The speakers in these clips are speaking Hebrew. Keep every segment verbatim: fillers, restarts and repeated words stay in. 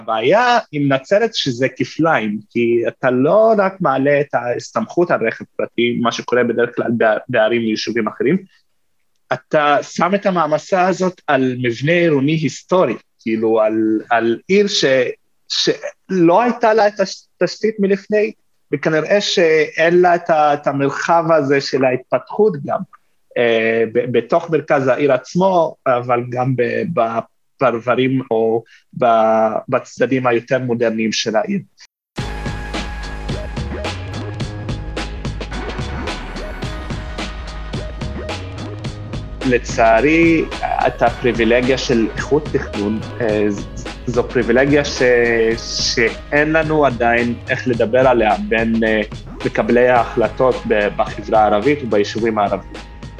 הבעיה עם נצרת שזה כפליים, כי אתה לא רק מעלה את ההסתמכות על רכב פרטי, מה שקורה בדרך כלל בערים ויישובים אחרים, אתה שם את המעמסה הזאת על מבנה עירוני היסטורי, כאילו על, על עיר ש, שלא הייתה לה את התשתית מלפני, וכנראה שאין לה את, ה, את המרחב הזה של ההתפתחות גם, אה, ב, בתוך מרכז העיר עצמו, אבל גם בפרברים או בצדדים היותר מודרניים של העיר. לצערי, את הפריבילגיה של איכות תכנון, זו פריבילגיה ש... שאין לנו עדיין איך לדבר עליה בין מקבלי ההחלטות בחברה הערבית וביישובים הערביים.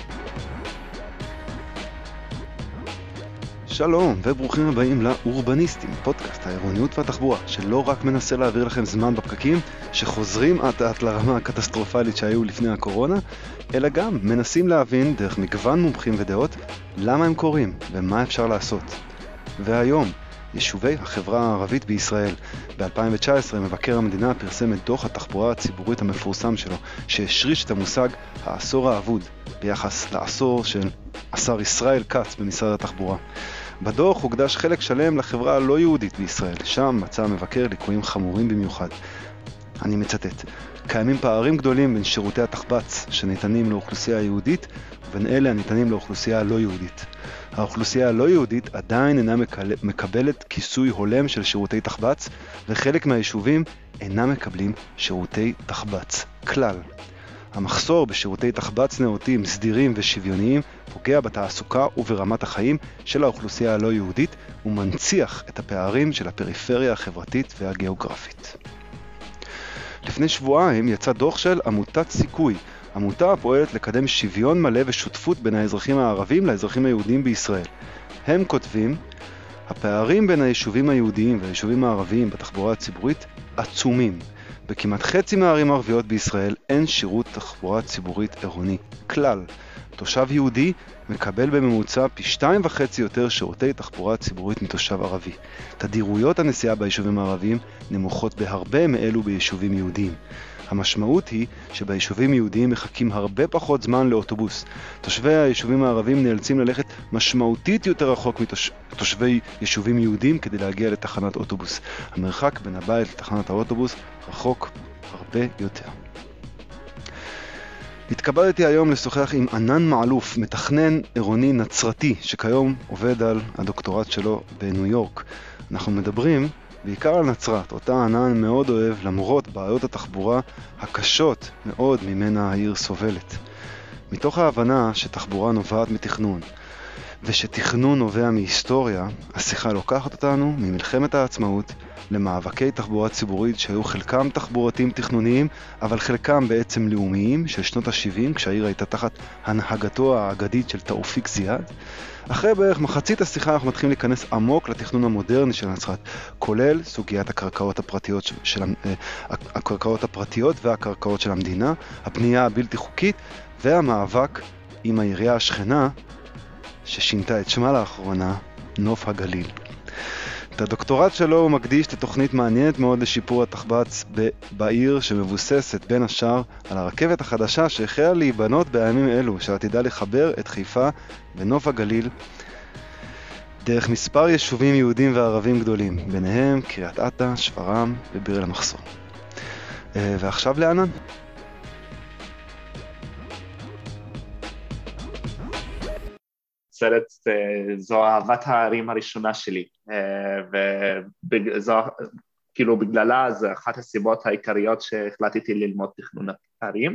שלום וברוכים הבאים לאורבניסטים, פודקאסט העירוניות והתחבורה, שלא רק מנסה להעביר לכם זמן בפקקים שחוזרים עד עד לרמה הקטסטרופלית שהיו לפני הקורונה, אלא גם מנסים להבין דרך מגוון מומחים ודעות למה הם קורים ומה אפשר לעשות. והיום, יישובי החברה הערבית בישראל. ב-אלפיים תשע עשרה מבקר המדינה פרסם את דוח התחבורה הציבורית המפורסם שלו, שהשריש את המושג העשור האבוד ביחס לעשור של השר ישראל כץ במשרד התחבורה. בדוח הוקדש חלק שלם לחברה הלא יהודית בישראל, שם מצא המבקר ליקויים חמורים במיוחד. אני מצטט: קיימים פערים גדולים בין שירותי התחבץ שניתנים לאוכלוסייה היהודית ובין אלה הניתנים לאוכלוסייה הלא יהודית. האוכלוסייה הלא יהודית עדיין אינה מקבלת כיסוי הולם של שירותי תחבץ, וחלק מהיישובים אינם מקבלים שירותי תחבץ כלל. המחסור בשירותי תחבץ נאותים, סדירים ושוויוניים פוגע בתעסוקה וברמת החיים של האוכלוסייה הלא יהודית ומנציח את הפערים של הפריפריה החברתית והגיאוגרפית. לפני שבועיים יצא דוח של עמותת סיכוי, עמותה הפועלת לקדם שוויון מלא ושותפות בין האזרחים הערבים לאזרחים היהודים בישראל. הם כותבים: הפערים בין היישובים היהודיים והיישובים הערביים בתחבורה הציבורית עצומים. בכמעט חצי מהערים הערביות בישראל אין שירות תחבורה ציבורית עירוני כלל. תושב יהודי מקבל בממוצע פי שתיים וחצי יותר שירותי תחבורה ציבורית מתושב ערבי. תדירויות הנסיעה ביישובים הערביים נמוכות בהרבה מאלו ביישובים יהודיים. המשמעות היא שביישובים יהודיים מחכים הרבה פחות זמן לאוטובוס. תושבי היישובים הערבים נאלצים ללכת משמעותית יותר רחוק מתושבי יישובים יהודיים כדי להגיע לתחנת אוטובוס. המרחק בין הבית לתחנת האוטובוס רחוק הרבה יותר. התכבדתי היום לשוחח עם ענן מעלוף, מתכנן עירוני נצרתי, שכיום עובד על הדוקטורט שלו בניו יורק. אנחנו מדברים בעיקר על נצרת, אותה ענן מאוד אוהב למרות בעיות התחבורה הקשות מאוד ממנה העיר סובלת. מתוך ההבנה שתחבורה נובעת מתכנון, ושתכנון נובע מהיסטוריה, השיחה לוקחת אותנו ממלחמת העצמאות למאבקי תחבורה ציבורית שהיו חלקם תחבורתיים תכנוניים, אבל חלקם בעצם לאומיים של שנות ה-שבעים, כשהעיר הייתה תחת הנהגתו האגדית של תאופיק זיאד. אחרי בערך מחצית השיחה אנחנו מתחילים להיכנס עמוק לתכנון המודרני של נצרת, כולל סוגיית הקרקעות הפרטיות, של, הקרקעות הפרטיות והקרקעות של המדינה, הבנייה הבלתי חוקית והמאבק עם העירייה השכנה ששינתה את שמה לאחרונה, נוף הגליל. את הדוקטורט שלו הוא מקדיש לתוכנית מעניינת מאוד לשיפור התחבץ בעיר, שמבוססת בין השאר על הרכבת החדשה שהחלה להיבנות בימים אלו, שעתידה לחבר את חיפה ונוף הגליל דרך מספר יישובים יהודים וערבים גדולים, ביניהם קריית אתא, שפרעם וביר אל מחסור. ועכשיו לענן. נצרת זו אהבת הערים הראשונה שלי, וזו כאילו בגללה זה אחת הסיבות העיקריות שהחלטתי ללמוד תכנון ערים.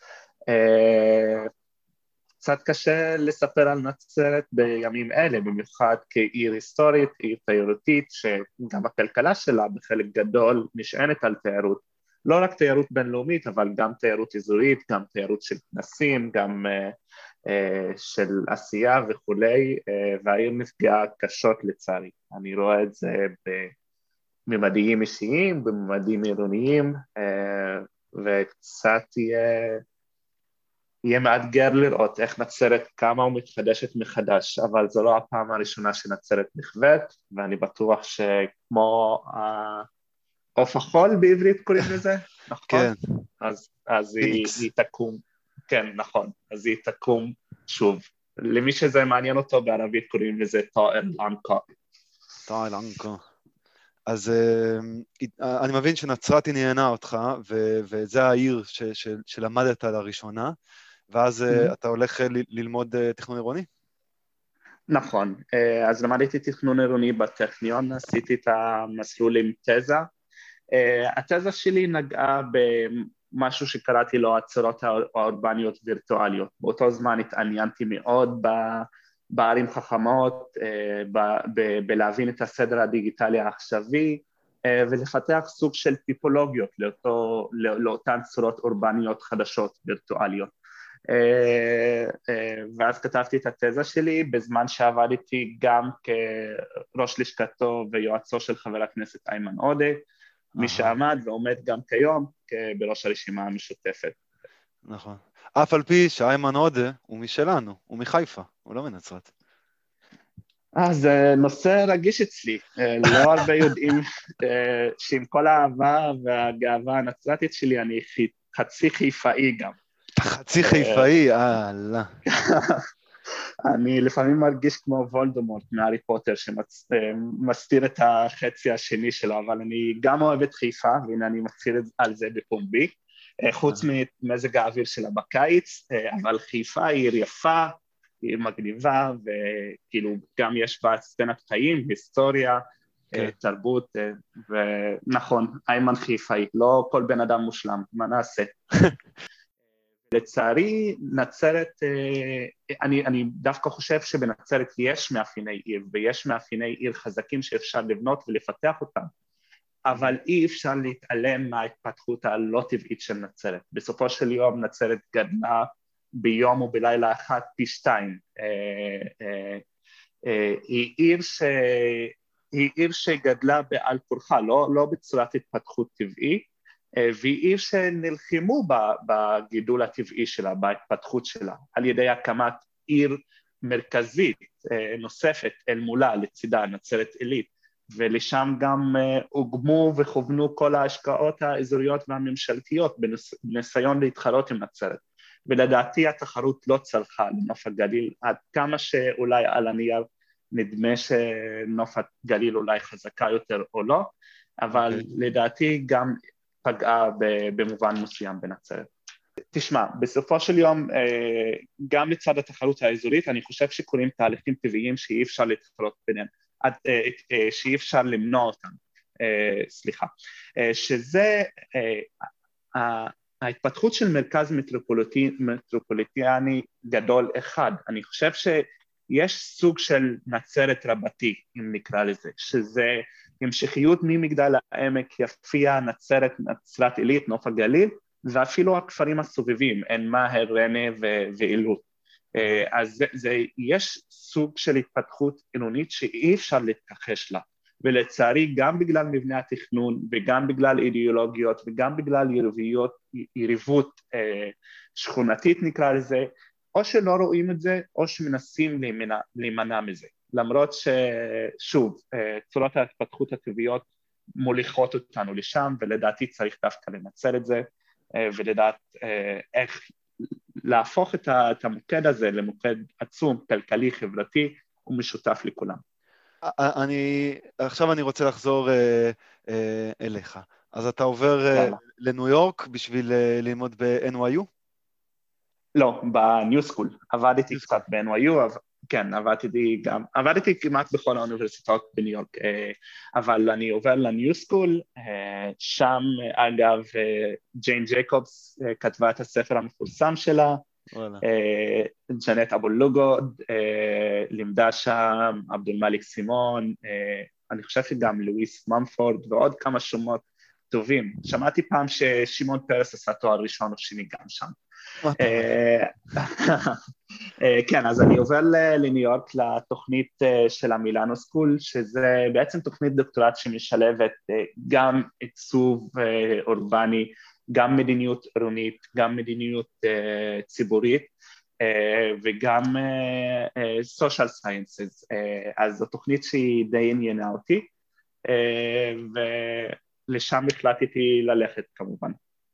קצת קשה לספר על נצרת בימים אלה, במיוחד כעיר היסטורית, עיר תיירותית, שגם הכלכלה שלה בחלק גדול נשענת על תיירות, לא רק תיירות בינלאומית, אבל גם תיירות אזורית, גם תיירות של כנסים, גם של עשייה וכולי, והעיר נפגעה קשות לצערי. אני רואה את זה בממדים אישיים, בממדים עירוניים, וקצת תהיה יהיה מאתגר לראות איך נצרת קמה ומתחדשת מחדש, אבל זו לא הפעם הראשונה שנצרת נכווית, ואני בטוח שכמו עוף החול בעברית קוראים לזה, נכון? כן. אז, אז היא, היא תקום, כן, נכון, אז היא תקום שוב. למי שזה מעניין אותו בערבית קוראים לזה תאר לאנקה. תאר לאנקה. אז uh, אני מבין שנצרת עניינה אותך, ו- וזה העיר ש- ש- שלמדת לראשונה, ואז uh, אתה הולך ל- ללמוד uh, תכנון עירוני? נכון, uh, אז למדתי תכנון עירוני בטכניון, עשיתי את המסלול עם תזה. Uh, התזה שלי נגעה במשהו שקראתי לו הצורות האורבניות וירטואליות. באותו זמן התעניינתי מאוד ב... בערים חכמות, ב- ב- בלהבין את הסדר הדיגיטלי העכשווי, ולפתח סוג של טיפולוגיות לאותו, לא, לאותן צורות אורבניות חדשות וירטואליות. ואז כתבתי את התזה שלי בזמן שעבדתי גם כראש לשכתו ויועצו של חבר הכנסת איימן עודה, מי שעמד ועומד גם כיום בראש הרשימה המשותפת. נכון. אף על פי שאיימן עודה הוא משלנו, הוא מחיפה, הוא לא מנצרת. אה, זה נושא רגיש אצלי, לא הרבה יודעים שעם כל האהבה והגאווה הנצרתית שלי, אני חצי חיפאי גם. חצי חיפאי, אה, לא. אני לפעמים מרגיש כמו וולדמורט מהארי פוטר, שמסתיר את החצי השני שלו, אבל אני גם אוהב את חיפה, והנה אני מצהיר על זה בפומבי, חוץ ממזג האוויר שלה בקיץ, אבל חיפה היא עיר יפה, היא מגניבה, וכאילו גם יש בה סצנת חיים, היסטוריה, תרבות, ונכון, איימן חיפאי, לא כל בן אדם מושלם, מה נעשה? לצערי, נצרת, אני, אני דווקא חושב שבנצרת יש מאפייני עיר, ויש מאפייני עיר חזקים שאפשר לבנות ולפתח אותם, אבל אי אפשר להתעלם מההתפתחות הלא טבעית של נצרת. בסופו של יום נצרת גדלה ביום ובלילה אחת פי שתיים. היא עיר, ש... היא עיר שגדלה בעל כורחה, לא, לא בצורת התפתחות טבעי, והיא עיר שנלחמו בגידול הטבעי שלה, בהתפתחות שלה, על ידי הקמת עיר מרכזית נוספת אל מולה, לצידה, נצרת עילית, ולשם גם הוגמו וכוונו כל ההשקעות האזוריות והממשלתיות בניסיון להתחרות עם נצרת. ולדעתי התחרות לא צלחה לנוף הגליל, עד כמה שאולי על הנייר נדמה שנוף הגליל אולי חזקה יותר או לא, אבל okay. לדעתי גם פגעה במובן מסוים בנצרת. תשמע, בסופו של יום, גם לצד התחרות האזורית, אני חושב שקורים תהליכים טבעיים שאי אפשר להתחרות ביניהם, שאי אפשר למנוע אותם, סליחה, שזה ההתפתחות של מרכז מטרופוליטני גדול אחד. אני חושב שיש סוג של נצרת רבתי, אם נקרא לזה, שזה המשכיות ממגדל העמק, יפיע, נצרת, נצרת עילית, נוף הגליל, ואפילו הכפרים הסובבים, עין מאהר, ריינה ואילת. אז זה, זה, יש סוג של התפתחות עירונית שאי אפשר להתכחש לה, ולצערי גם בגלל מבנה התכנון, וגם בגלל אידיאולוגיות, וגם בגלל יריבויות, יריבות אה, שכונתית נקרא לזה, או שלא רואים את זה, או שמנסים להימנע, להימנע מזה. למרות ששוב, צורות ההתפתחות הטבעיות מוליכות אותנו לשם, ולדעתי צריך דווקא לנצל את זה, ולדעת איך להפוך את המוקד הזה למוקד עצום, כלכלי, חברתי, ומשותף לכולם. אני, עכשיו אני רוצה לחזור אליך. אז אתה עובר לניו יורק בשביל ללמוד ב-אן וואי יו? לא, בניו סקול. עבדתי קצת ב-אן וואי יו, אבל... כן, עבדתי גם, עבדתי כמעט בכל האוניברסיטאות בניו יורק, אבל אני עובר לניו סקול, שם אגב ג'יין ג'ייקובס כתבה את הספר המפורסם שלה, ג'נט אבו לוגוד, לימדה שם, עבדול מליק סימון, אני חושב שגם לואיס ממפורד ועוד כמה שמות טובים. שמעתי פעם ששימון פרס עשה תואר ראשון או שני גם שם. כן, אז אני עובר לניו יורק לתוכנית של המילאנו סקול, שזה בעצם תוכנית דוקטורט שמשלבת גם עיצוב אורבני גם מדיניות עירונית, גם מדיניות uh, ציבורית, uh, וגם uh, uh, social sciences, uh, אז זו תוכנית שהיא די עניינה אותי, uh, ולשם החלטתי ללכת כמובן.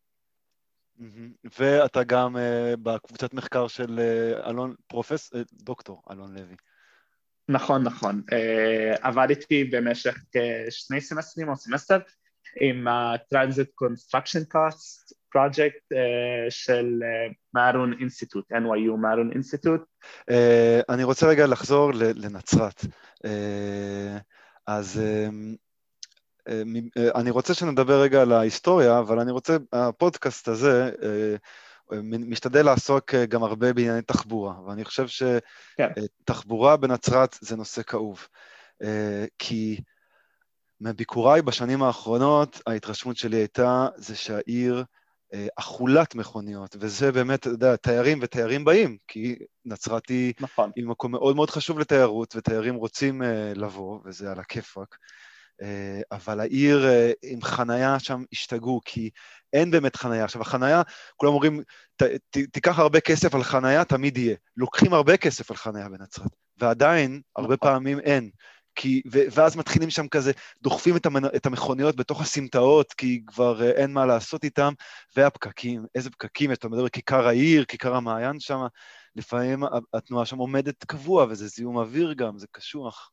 ואתה גם uh, בקבוצת מחקר של uh, אלון, פרופס, uh, דוקטור אלון לוי. נכון, נכון. Uh, עבדתי במשך uh, שני סמסטרים או סמסטר עם ה-Transit Construction Cost Project uh, של uh, מהרון אינסטיטוט, N Y U מהרון אינסטיטוט. Uh, אני רוצה רגע לחזור לנצרת. Uh, אז... Uh, אני רוצה שנדבר רגע על ההיסטוריה, אבל אני רוצה, הפודקאסט הזה משתדל לעסוק גם הרבה בענייני תחבורה, ואני חושב שתחבורה בנצרת זה נושא כאוב, כי מביקוריי בשנים האחרונות, ההתרשמות שלי הייתה זה שהעיר אכולת מכוניות, וזה באמת, אתה יודע, תיירים ותיירים באים, כי נצרת היא, נכון. היא מקום מאוד מאוד חשוב לתיירות, ותיירים רוצים לבוא, וזה על הכיפק. אבל העיר עם חנייה שם השתגעו, כי אין באמת חנייה. עכשיו, החנייה, כולם אומרים, ת, ת, תיקח הרבה כסף על חנייה, תמיד יהיה. לוקחים הרבה כסף על חנייה בנצרת, ועדיין, הרבה פעמים אין. כי, ו, ואז מתחילים שם כזה, דוחפים את, המנ, את המכוניות בתוך הסמטאות, כי כבר אין מה לעשות איתם, והפקקים, איזה פקקים, אתה מדבר, כיכר העיר, כיכר המעיין שם, לפעמים התנועה שם עומדת קבוע, וזה זיהום אוויר גם, זה קשוח.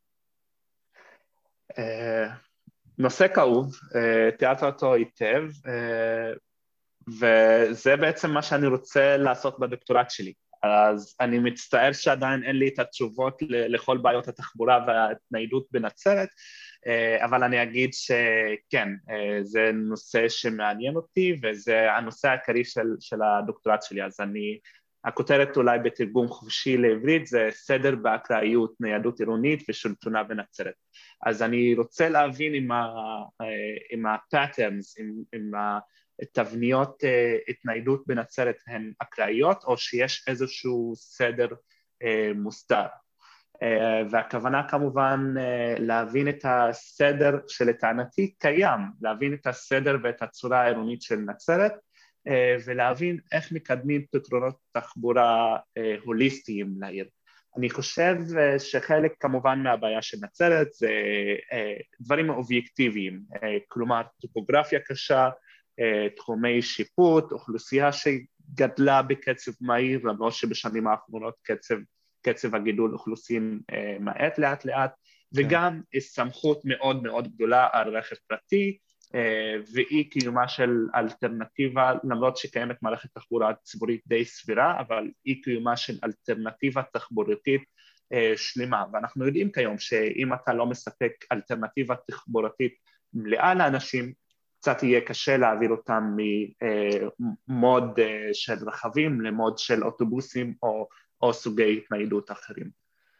נושא כאוב, תיארת אותו היטב, וזה בעצם מה שאני רוצה לעשות בדוקטורט שלי. אז אני מצטער שעדיין אין לי את התשובות לכל בעיות התחבורה וההתניידות בנצרת, אבל אני אגיד שכן, זה נושא שמעניין אותי, וזה הנושא העיקרי של, של הדוקטורט שלי. אז אני, הכותרת אולי בתרגום חופשי לעברית, זה סדר באקראיות, ניידות עירונית ושלטונה בנצרת. אז אני רוצה להבין אם ה, עם ה-patterns, עם, עם התבניות התניידות בנצרת הן אקראיות, או שיש איזשהו סדר מוסדר. והכוונה כמובן להבין את הסדר שלטענתי קיים, להבין את הסדר ואת הצורה העירונית של נצרת, ולהבין איך מקדמים פתרונות תחבורה הוליסטיים לעיר. אני חושב שחלק כמובן מהבעיה של נצרת זה דברים אובייקטיביים, כלומר טופוגרפיה קשה, תחומי שיפוט, אוכלוסייה שגדלה בקצב מהיר, למרות שבשנים האחרונות קצב, קצב הגידול אוכלוסין מעט לאט לאט, וגם סמכות מאוד מאוד גדולה על רכב פרטי, ואי קיומה של אלטרנטיבה, למרות שקיימת מערכת תחבורה ציבורית די סבירה, אבל אי קיומה של אלטרנטיבה תחבורתית שלמה. ואנחנו יודעים כיום שאם אתה לא מספק אלטרנטיבה תחבורתית מלאה לאנשים, קצת יהיה קשה להעביר אותם ממוד של רכבים למוד של אוטובוסים או, או סוגי התניידות אחרים.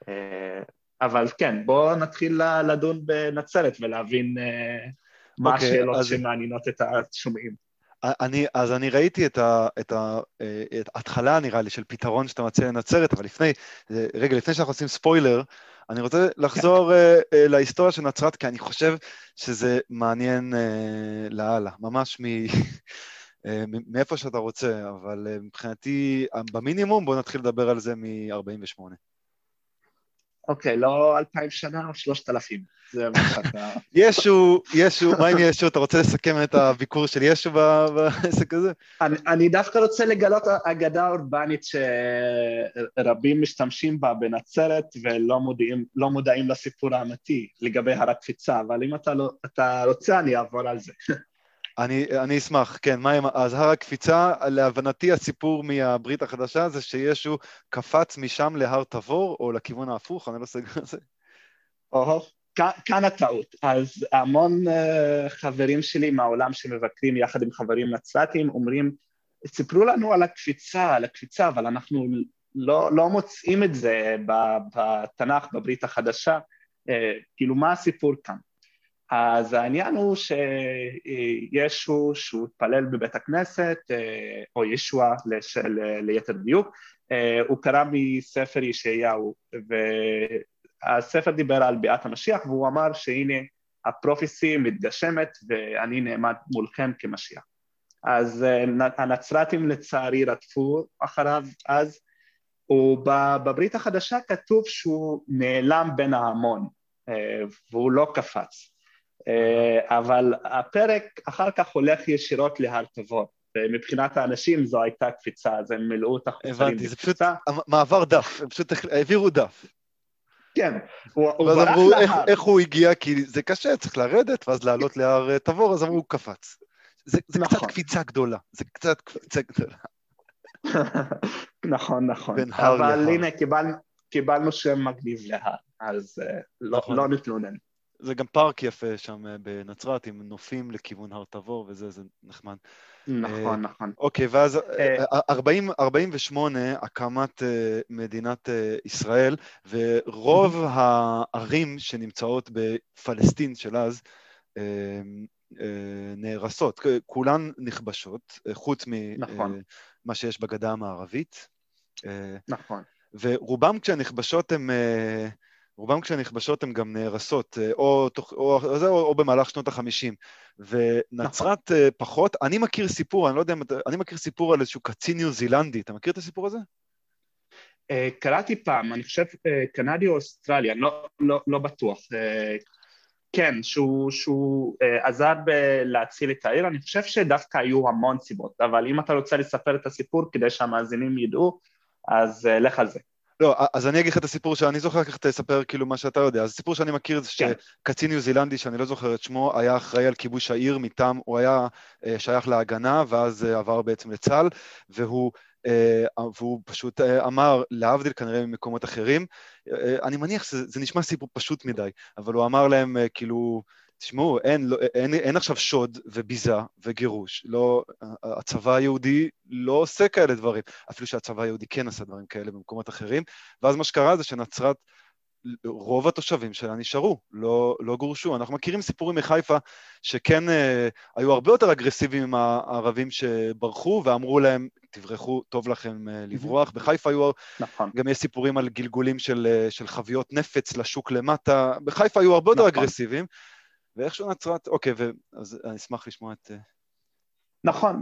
אבל כן, בואו נתחיל לדון בנצרת ולהבין מה okay, השאלות אז... שמעניינות את השומעים. אני, אז אני ראיתי את, ה, את, ה, את ההתחלה, נראה לי, של פתרון שאתה מציע לנצרת, אבל לפני, רגע, לפני שאנחנו עושים ספוילר, אני רוצה לחזור uh, uh, להיסטוריה של נצרת, כי אני חושב שזה מעניין uh, להלאה, ממש מ, uh, מאיפה שאתה רוצה, אבל uh, מבחינתי, במינימום, בואו נתחיל לדבר על זה מ-ארבעים ושמונה. אוקיי, לא אלפיים שנה או שלושת אלפים, זה מה שאתה... ישו, ישו, מה עם ישו? אתה רוצה לסכם את הביקור של ישו בעסק הזה? אני, אני דווקא רוצה לגלות אגדה אורבנית שרבים משתמשים בה בנצרת ולא מודעים, לא מודעים לסיפור האמיתי לגבי הר הקפיצה, אבל אם אתה, לא, אתה רוצה אני אעבור על זה. אני, אני אשמח, כן, מה עם, אז הר הקפיצה, להבנתי הסיפור מהברית החדשה זה שישו קפץ משם להר תבור, או לכיוון ההפוך, אני לא סגר על זה. או, כאן הטעות. אז המון uh, חברים שלי מהעולם שמבקרים יחד עם חברים נצרתים, אומרים, סיפרו לנו על הקפיצה, על הקפיצה, אבל אנחנו לא, לא מוצאים את זה בתנ"ך, בברית החדשה, uh, כאילו מה הסיפור כאן? אז העניין הוא שישו שהוא התפלל בבית הכנסת, או ישוע ליתר דיוק, הוא קרא מספר ישעיהו, והספר דיבר על ביאת המשיח, והוא אמר שהנה הפרופסי מתגשמת ואני נעמד מולכם כמשיח. אז הנצרתים לצערי רדפו אחריו אז, ובברית החדשה כתוב שהוא נעלם בין ההמון, והוא לא קפץ. אבל הפרק אחר כך הולך ישירות להר תבור, ומבחינת האנשים זו הייתה קפיצה, אז הם מילאו את החוסרים בקפיצה. הבנתי, זה פשוט מעבר דף, הם פשוט העבירו דף. כן, הוא ברח להר. ואז אמרו, איך הוא הגיע, כי זה קשה, צריך לרדת, ואז לעלות להר תבור, אז אמרו, הוא קפץ. זה קצת קפיצה גדולה, זה קצת קפיצה גדולה. נכון, נכון. אבל הנה, קיבלנו שם מגניב להר, אז לא נתלונן. זה גם פארק יפה שם בנצרת, עם נופים לכיוון הר תבור, וזה, זה נחמד. נכון, נכון. אוקיי, ואז ארבעים ושמונה, הקמת מדינת ישראל, ורוב הערים שנמצאות בפלסטין של אז, נהרסות, כולן נכבשות, חוץ ממה שיש בגדה המערבית. נכון. ורובם כשהנכבשות הם... רובם כשהנכבשות הן גם נהרסות, או, או, או, או, או במהלך שנות החמישים, ונצרת נכון. פחות. אני מכיר סיפור, אני לא יודע, אני מכיר סיפור על איזשהו קצין ניו זילנדי, אתה מכיר את הסיפור הזה? קראתי פעם, אני חושב קנדי או אוסטרליה, לא, לא, לא בטוח. כן, שהוא, שהוא עזר להציל את העיר, אני חושב שדווקא היו המון סיבות, אבל אם אתה רוצה לספר את הסיפור כדי שהמאזינים ידעו, אז לך על זה. לא, אז אני אגיד לך את הסיפור שאני זוכר, כך תספר כאילו מה שאתה יודע. אז הסיפור שאני מכיר זה שקצין ניו זילנדי, שאני לא זוכר את שמו, היה אחראי על כיבוש העיר מטעם, הוא היה שייך להגנה, ואז עבר בעצם לצה"ל, והוא, והוא פשוט אמר, להבדיל כנראה ממקומות אחרים, אני מניח שזה נשמע סיפור פשוט מדי, אבל הוא אמר להם כאילו, תשמעו, אין, לא, אין, אין עכשיו שוד וביזה וגירוש, לא, הצבא היהודי לא עושה כאלה דברים, אפילו שהצבא היהודי כן עשה דברים כאלה במקומות אחרים, ואז מה שקרה זה שנצרת, רוב התושבים שלה נשארו, לא, לא גורשו. אנחנו מכירים סיפורים מחיפה שכן אה, היו הרבה יותר אגרסיביים עם הערבים שברחו, ואמרו להם, תברחו, טוב לכם אה, לברוח. בחיפה היו, נכון. גם יש סיפורים על גלגולים של, של חביות נפץ לשוק למטה, בחיפה היו הרבה יותר נכון. אגרסיביים, ואיכשהו נצרת, אוקיי, אז אני אשמח לשמוע את... נכון,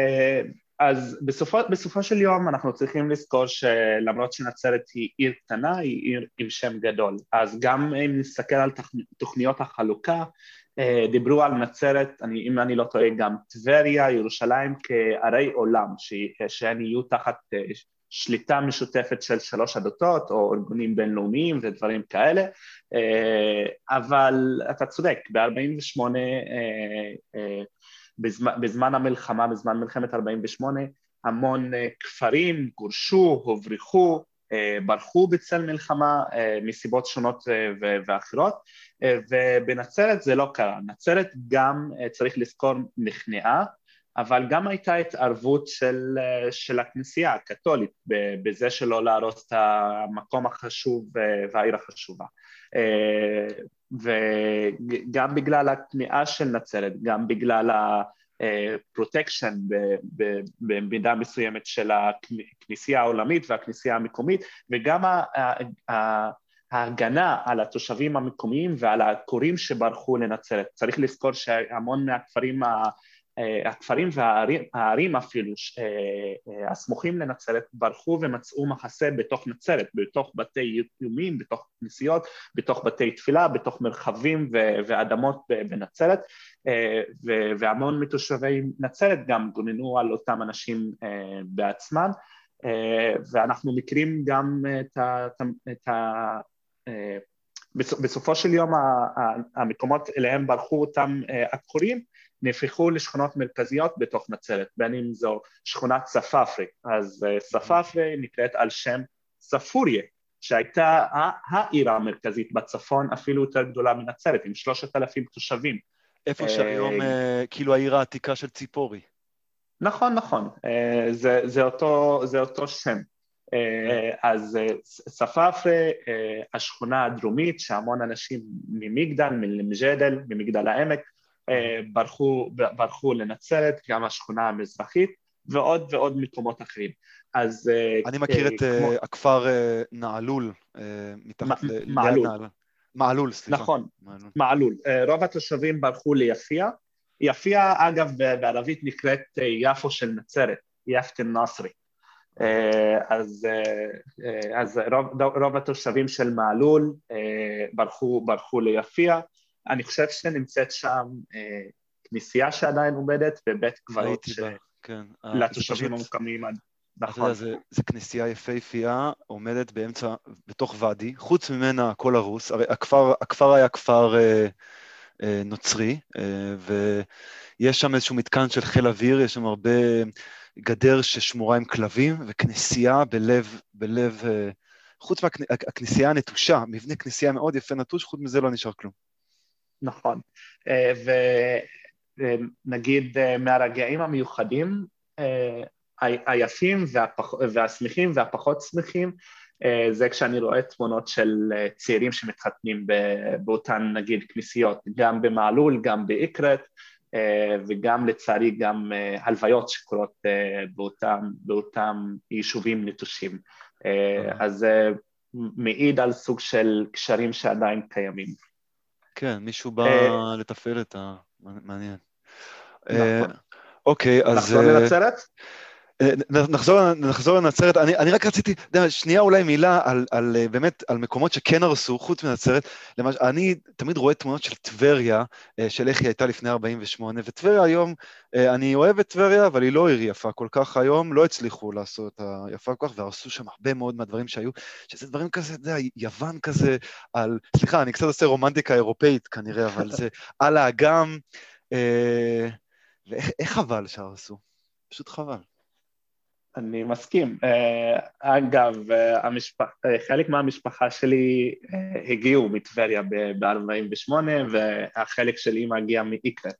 אז בסופו, בסופו של יום אנחנו צריכים לזכור שלמרות שנצרת היא עיר קטנה, היא עיר עם שם גדול, אז גם אם נסתכל על תוכניות החלוקה, דיברו על נצרת, אני, אם אני לא טועה, גם טבריה, ירושלים כערי עולם, שהן יהיו תחת שליטה משותפת של שלוש הדתות, או ארגונים בינלאומיים ודברים כאלה, אבל אתה צודק, ב-ארבעים ושמונה, בזמן, בזמן המלחמה, בזמן מלחמת ארבעים ושמונה, המון כפרים גורשו, הוברחו, ברחו בצל מלחמה מסיבות שונות ואחרות, ובנצרת זה לא קרה. נצרת גם, צריך לזכור, נכנעה, אבל גם הייתה התערבות של, של הכנסייה הקתולית, בזה שלא להרוס את המקום החשוב והעיר החשובה. וגם בגלל הכניעה של נצרת, גם בגלל הפרוטקשן במידה מסוימת של הכנסייה העולמית והכנסייה המקומית, וגם ההגנה על התושבים המקומיים ועל הקוראים שברחו לנצרת. צריך לזכור שהמון מהכפרים ה... הכפרים והערים, הערים אפילו הסמוכים לנצרת ברחו ומצאו מחסה בתוך נצרת, בתוך בתי יומים, בתוך כנסיות, בתוך בתי תפילה, בתוך מרחבים ואדמות בנצרת, והמון מתושבי נצרת גם גוננו על אותם אנשים בעצמם, ואנחנו מכירים גם את ה... את ה בסופו של יום המקומות אליהם ברחו אותם הכורים, נהפכו לשכונות מרכזיות בתוך נצרת, בין אם זו שכונת ספאפרי, אז ספאפרי נקראת על שם ספוריה, שהייתה העיר המרכזית בצפון, אפילו יותר גדולה מנצרת, עם שלושת אלפים תושבים. איפה שהיום כאילו העיר העתיקה של ציפורי. נכון, נכון, זה, זה אותו, זה אותו שם. אז ספאפרי, השכונה הדרומית, שהמון אנשים ממגדל, ממג'דל, ממגדל העמק, ברחו, ברחו לנצרת, גם השכונה המזרחית, ועוד ועוד מקומות אחרים. אז... אני מכיר את הכפר נעלול, מתחת ל... מעלול. מעלול, סליחה. נכון, מעלול. רוב התושבים ברחו ליפיע, יפיע, אגב, בערבית נקראת יפו של נצרת, יפת אל-נאצרי. אז, אז רוב, רוב התושבים של מעלול ברחו, ברחו ליפיע. אני חושב שנמצאת שם כנסייה שעדיין עומדת, ובית קברות ש... כן. לתושבים המוקמים. נכון. אתה יודע, זה, זה כנסייה יפהפייה, עומדת באמצע, בתוך ואדי, חוץ ממנה הכל הרוס, הרי הכפר, הכפר היה כפר אה, אה, נוצרי, אה, ויש שם איזשהו מתקן של חיל אוויר, יש שם הרבה גדר ששמורה עם כלבים, וכנסייה בלב, בלב, אה, חוץ מהכנסייה הנטושה, מבנה כנסייה מאוד יפה נטוש, חוץ מזה לא נשאר כלום. נכון, ונגיד מהרגעים המיוחדים, היפים והפח... והשמחים והפחות שמחים, זה כשאני רואה תמונות של צעירים שמתחתנים באותן נגיד כנסיות, גם במעלול, גם באקרת, וגם לצערי גם הלוויות שקורות באותם, באותם יישובים נטושים. אז זה מעיד על סוג של קשרים שעדיין קיימים. כן, מישהו בא לתפעל את המעניין. נכון. אוקיי, אז... נחזור לנצרת? נחזור, נחזור לנצרת. אני, אני רק רציתי, יודע, שנייה אולי מילה על, על, באמת, על מקומות שכן הרסו, חוץ מנצרת. למש... אני תמיד רואה תמונות של טבריה, של איך היא הייתה לפני ארבעים ושמונה, וטבריה היום, אני אוהב את טבריה, אבל היא לא עיר יפה כל כך היום, לא הצליחו לעשות היפה כל כך, והרסו שם הרבה מאוד מהדברים שהיו, שזה דברים כזה, יודע, יוון כזה, על, סליחה, אני קצת עושה רומנטיקה אירופאית כנראה, אבל זה על האגם, אה, ואיך איך חבל שהרסו? פשוט חבל. אני מסכים. אגב, המשפח, חלק מהמשפחה שלי הגיעו מטבריה ב-ארבעים ושמונה, והחלק שלי מגיע מאקרת.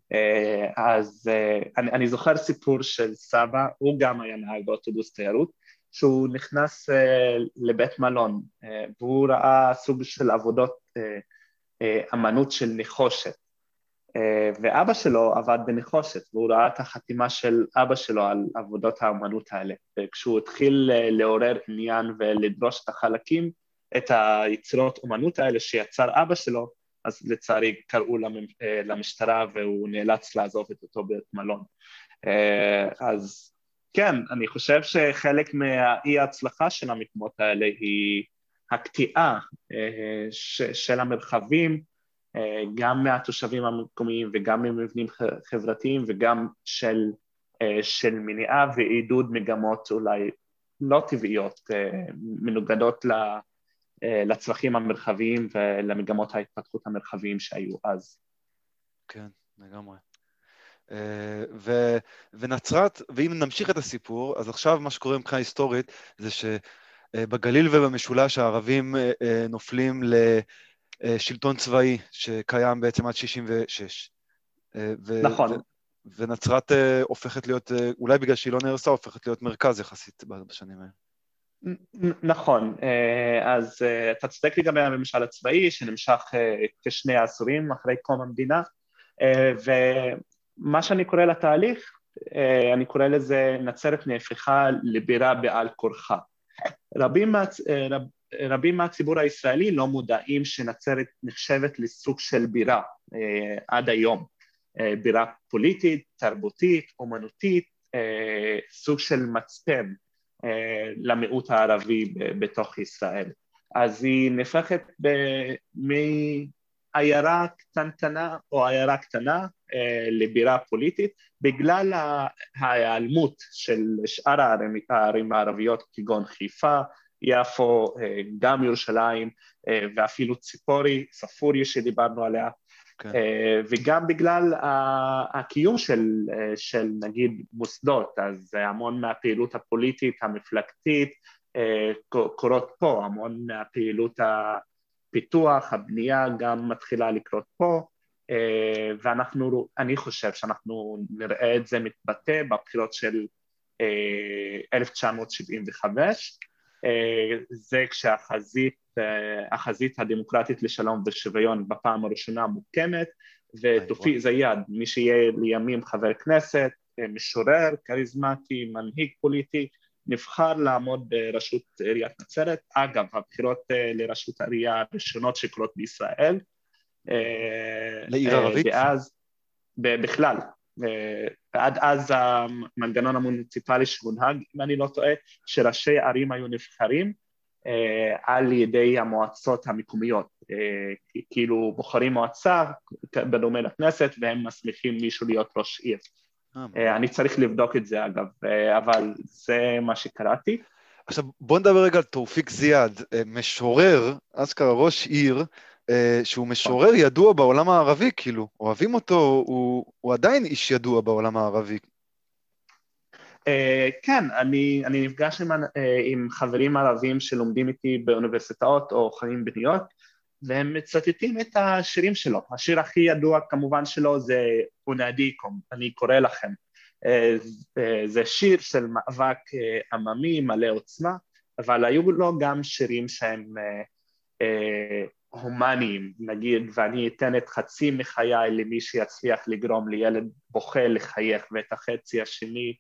אז אני, אני זוכר סיפור של סבא, הוא גם היה נהג באוטובוס תיירות, שהוא נכנס לבית מלון, והוא ראה סוג של עבודות אמנות של נחושת. ואבא שלו עבד בנחושת, והוא ראה את החתימה של אבא שלו על עבודות האמנות האלה. וכשהוא התחיל לעורר עניין ולדרוש את החלקים, את היצירות אמנות האלה שיצר אבא שלו, אז לצערי קראו למשטרה והוא נאלץ לעזוב את אותו בית מלון. אז כן, אני חושב שחלק מהאי ההצלחה של המקומות האלה היא הקטיעה של המרחבים, גם מהתושבים המקומיים וגם ממבנים חברתיים וגם של, של מניעה ועידוד מגמות אולי לא טבעיות, מנוגדות לצרכים המרחביים ולמגמות ההתפתחות המרחביים שהיו אז. כן, לגמרי. ו, ונצרת, ואם נמשיך את הסיפור, אז עכשיו מה שקורה מבחינה היסטורית זה שבגליל ובמשולש הערבים נופלים ל... שלטון צבאי שקיים בעצם עד שישים ושש. ו- נכון. ו- ונצרת הופכת להיות, אולי בגלל שהיא לא נהרסה, הופכת להיות מרכז יחסית בשנים האלה. נכון, אז אתה צודק לגבי הממשל הצבאי שנמשך כשני עשורים אחרי קום המדינה, ומה שאני קורא לתהליך, אני קורא לזה נצרת נהפכה לבירה בעל כורחה. רבים מה... רבים מהציבור הישראלי לא מודעים שנצרת נחשבת לסוג של בירה אה, עד היום, אה, בירה פוליטית, תרבותית, אומנותית, אה, סוג של מצפן אה, למיעוט הערבי ב- בתוך ישראל. אז היא נפחת מעיירה קטנטנה או עיירה קטנה אה, לבירה פוליטית, בגלל ההיעלמות של שאר הערים, הערים הערביות כגון חיפה, יפו, גם ירושלים, ואפילו ציפורי, ספוריה שדיברנו עליה, okay. וגם בגלל הקיום של, של נגיד מוסדות, אז המון מהפעילות הפוליטית, המפלגתית, קורות פה, המון מהפעילות הפיתוח, הבנייה גם מתחילה לקרות פה, ואנחנו, אני חושב שאנחנו נראה את זה מתבטא בבחירות של אלף תשע מאות שבעים וחמש, זה כשהחזית, החזית הדמוקרטית לשלום ושוויון בפעם הראשונה מוקמת, ותופיק זיאד, מי שיהיה לימים חבר כנסת, משורר, כריזמטי, מנהיג פוליטי, נבחר לעמוד בראשות עיריית נצרת. אגב, הבחירות לראשות העירייה הראשונות שקורות בישראל. לעיר ערבית? ואז, בכלל. עד אז המנגנון המוניציפלי שהונהג, אם אני לא טועה, שראשי ערים היו נבחרים על ידי המועצות המקומיות, כאילו בוחרים מועצה בדומה לכנסת והם מסמיכים מישהו להיות ראש עיר. אני צריך לבדוק את זה אגב, אבל זה מה שקראתי. עכשיו בוא נדבר רגע על תאופיק זיאד, משורר, אשכרה ראש עיר, שהוא משורר ידוע בעולם הערבי, כאילו, אוהבים אותו, הוא, הוא עדיין איש ידוע בעולם הערבי. כן, אני, אני נפגש עם, עם חברים ערבים שלומדים איתי באוניברסיטאות או חיים בניו יורק, והם מצטטים את השירים שלו. השיר הכי ידוע כמובן שלו זה אונאדיקום, אני קורא לכם. זה שיר של מאבק עממי מלא עוצמה, אבל היו לו גם שירים שהם הומניים, נגיד, ואני אתן את חצי מחיי למי שיצליח לגרום לילד בוכה לחייך, ואת החצי השני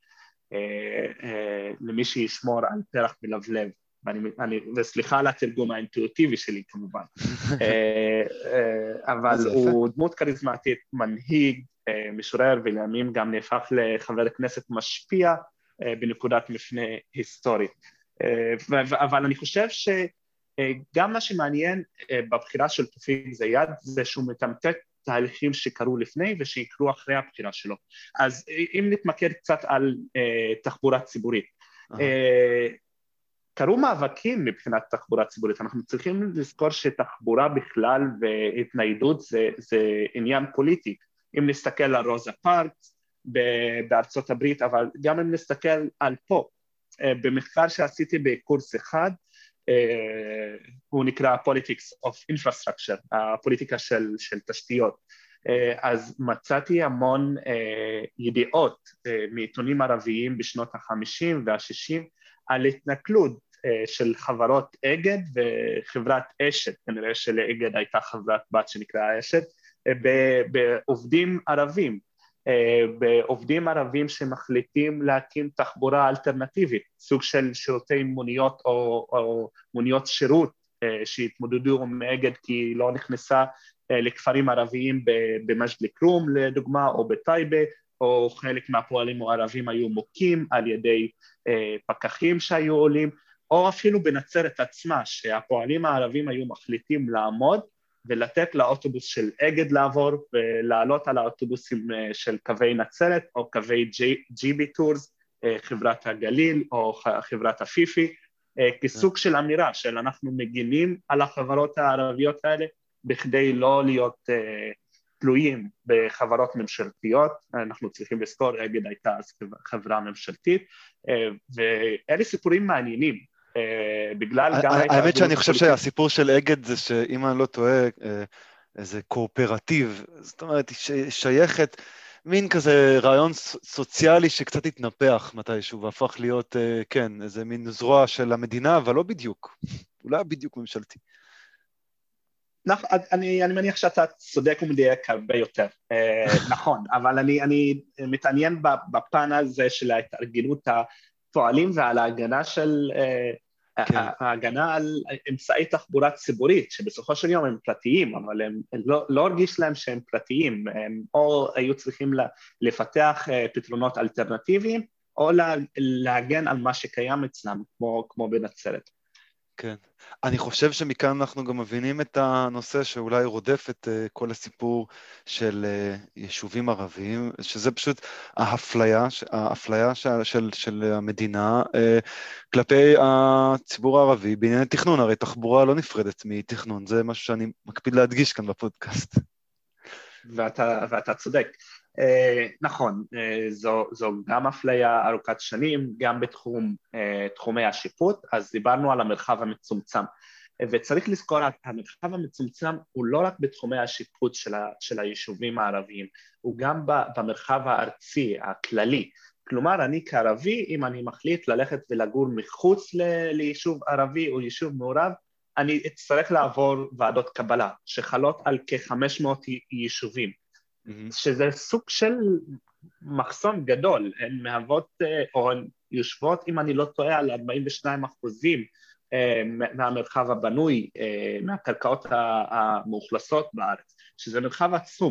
למי שישמור על פרח מלבלב. ואני, אני, וסליחה על התרגום האינטואיטיבי שלי כמובן, אבל הוא דמות כריזמטית, מנהיג, משורר, ולימים גם נהפך לחבר כנסת משפיע בנקודת מפנה היסטורית. אבל אני חושב שגם מה שמעניין בבחירה של תאופיק זיאד זה שהוא מתמצת תהליכים שקרו לפני ושיקרו אחרי הבחירה שלו. אז אם נתמקד קצת על תחבורה ציבורית, קרו מאבקים מבחינת תחבורה ציבורית, אנחנו צריכים לזכור שתחבורה בכלל והתניידות זה, זה עניין פוליטי. אם נסתכל על רוזה פארקס בארצות הברית, אבל גם אם נסתכל על פה, במחקר שעשיתי בקורס אחד, הוא נקרא Politics of Infrastructure, הפוליטיקה של, של תשתיות, אז מצאתי המון ידיעות מעיתונים ערביים בשנות ה-חמישים וה-שישים, על התנכלות של חברות אגד וחברת אשת, כנראה שלאגד הייתה חברת בת שנקראה אשת, בעובדים ערבים, בעובדים ערבים שמחליטים להקים תחבורה אלטרנטיבית, סוג של שירותי מוניות או, או מוניות שירות שהתמודדו מאגד כי לא נכנסה לכפרים ערביים במג'ד אל-כרום לדוגמה או בטייבה, או חלק מהפועלים הערבים היו מוכים על ידי אה, פקחים שהיו עולים, או אפילו בנצרת עצמה, שהפועלים הערבים היו מחליטים לעמוד ולתת לאוטובוס של אגד לעבור, ולעלות על האוטובוסים של קווי נצרת, או קווי ג'י בי טורס, חברת הגליל, או חברת הפיפי, כסוג של אמירה של אנחנו מגינים על החברות הערביות האלה, בכדי לא להיות תלויים בחברות ממשלתיות. אנחנו צריכים לזכור, אגד הייתה אז חברה ממשלתית, ואלה סיפורים מעניינים, בגלל גם... האמת שאני חושב שהסיפור של אגד זה שאם אני לא טועה, איזה קואופרטיב, זאת אומרת, היא שייכת, מין כזה רעיון סוציאלי שקצת התנפח מתישהו, והפך להיות, כן, איזה מין זרוע של המדינה, אבל לא בדיוק, אולי בדיוק ממשלתי. אני, אני מניח שאתה צודק ומדייק הרבה יותר, נכון, אבל אני, אני מתעניין בפן הזה של ההתארגנות הפועלים ועל ההגנה של, כן. ההגנה על אמצעי תחבורה ציבורית, שבסופו של יום הם פרטיים, אבל הם לא, לא הרגיש להם שהם פרטיים, הם או היו צריכים לפתח פתרונות אלטרנטיביים, או להגן על מה שקיים אצלם, כמו, כמו בנצרת. כן. אני חושב שמכאן אנחנו גם מבינים את הנושא שאולי רודף את uh, כל הסיפור של uh, יישובים ערביים, שזה פשוט האפליה, האפליה של, של, של המדינה uh, כלפי הציבור הערבי בעניין תכנון, הרי תחבורה לא נפרדת מתכנון, זה משהו שאני מקפיד להדגיש כאן בפודקאסט. ואתה, ואתה צודק. Uh, נכון, uh, זו, זו גם אפליה ארוכת שנים, גם בתחום uh, תחומי השיפוט, אז דיברנו על המרחב המצומצם, uh, וצריך לזכור, המרחב המצומצם הוא לא רק בתחומי השיפוט של, ה, של היישובים הערביים, הוא גם במרחב הארצי, הכללי, כלומר אני כערבי, אם אני מחליט ללכת ולגור מחוץ ל, ליישוב ערבי או יישוב מעורב, אני אצטרך לעבור ועדות קבלה, שחלות על כ-חמש מאות יישובים, שזה סוג של מחסום גדול, הן מהוות או הן יושבות, אם אני לא טועה, על ארבעים ושניים אחוזים מהמרחב הבנוי, מהקרקעות המאוכלסות בארץ, שזה מרחב עצום.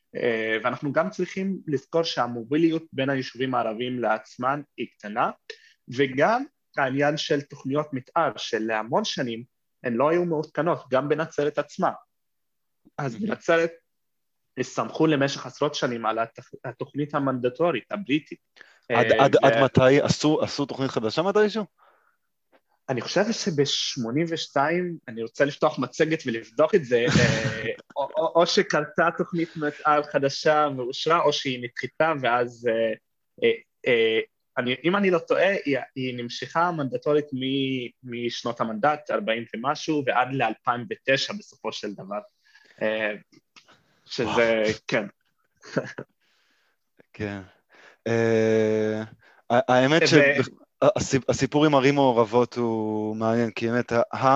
ואנחנו גם צריכים לזכור שהמוביליות בין היישובים הערביים לעצמן היא קטנה, וגם העניין של תוכניות מתאר של המון שנים, הן לא היו מעודכנות, גם בנצרת עצמה. אז בנצרת הסתמכו למשך עשרות שנים על התוכנית המנדטורית, הבריטית. עד, עד, ו... עד מתי עשו, עשו תוכנית חדשה מתישהו? אני חושב שב-שמונים ושתיים, אני רוצה לפתוח מצגת ולבדוק את זה, או, או, או שקרתה תוכנית מתאר חדשה ואושרה, או שהיא נדחתה, ואז, אני, אם אני לא טועה, היא, היא נמשכה מנדטורית משנות המנדט, ארבעים ומשהו, ועד ל-אלפיים ותשע בסופו של דבר. שזה, כן. כן. האמת ש... הסיפור עם ערים מעורבות הוא מעניין, כי באמת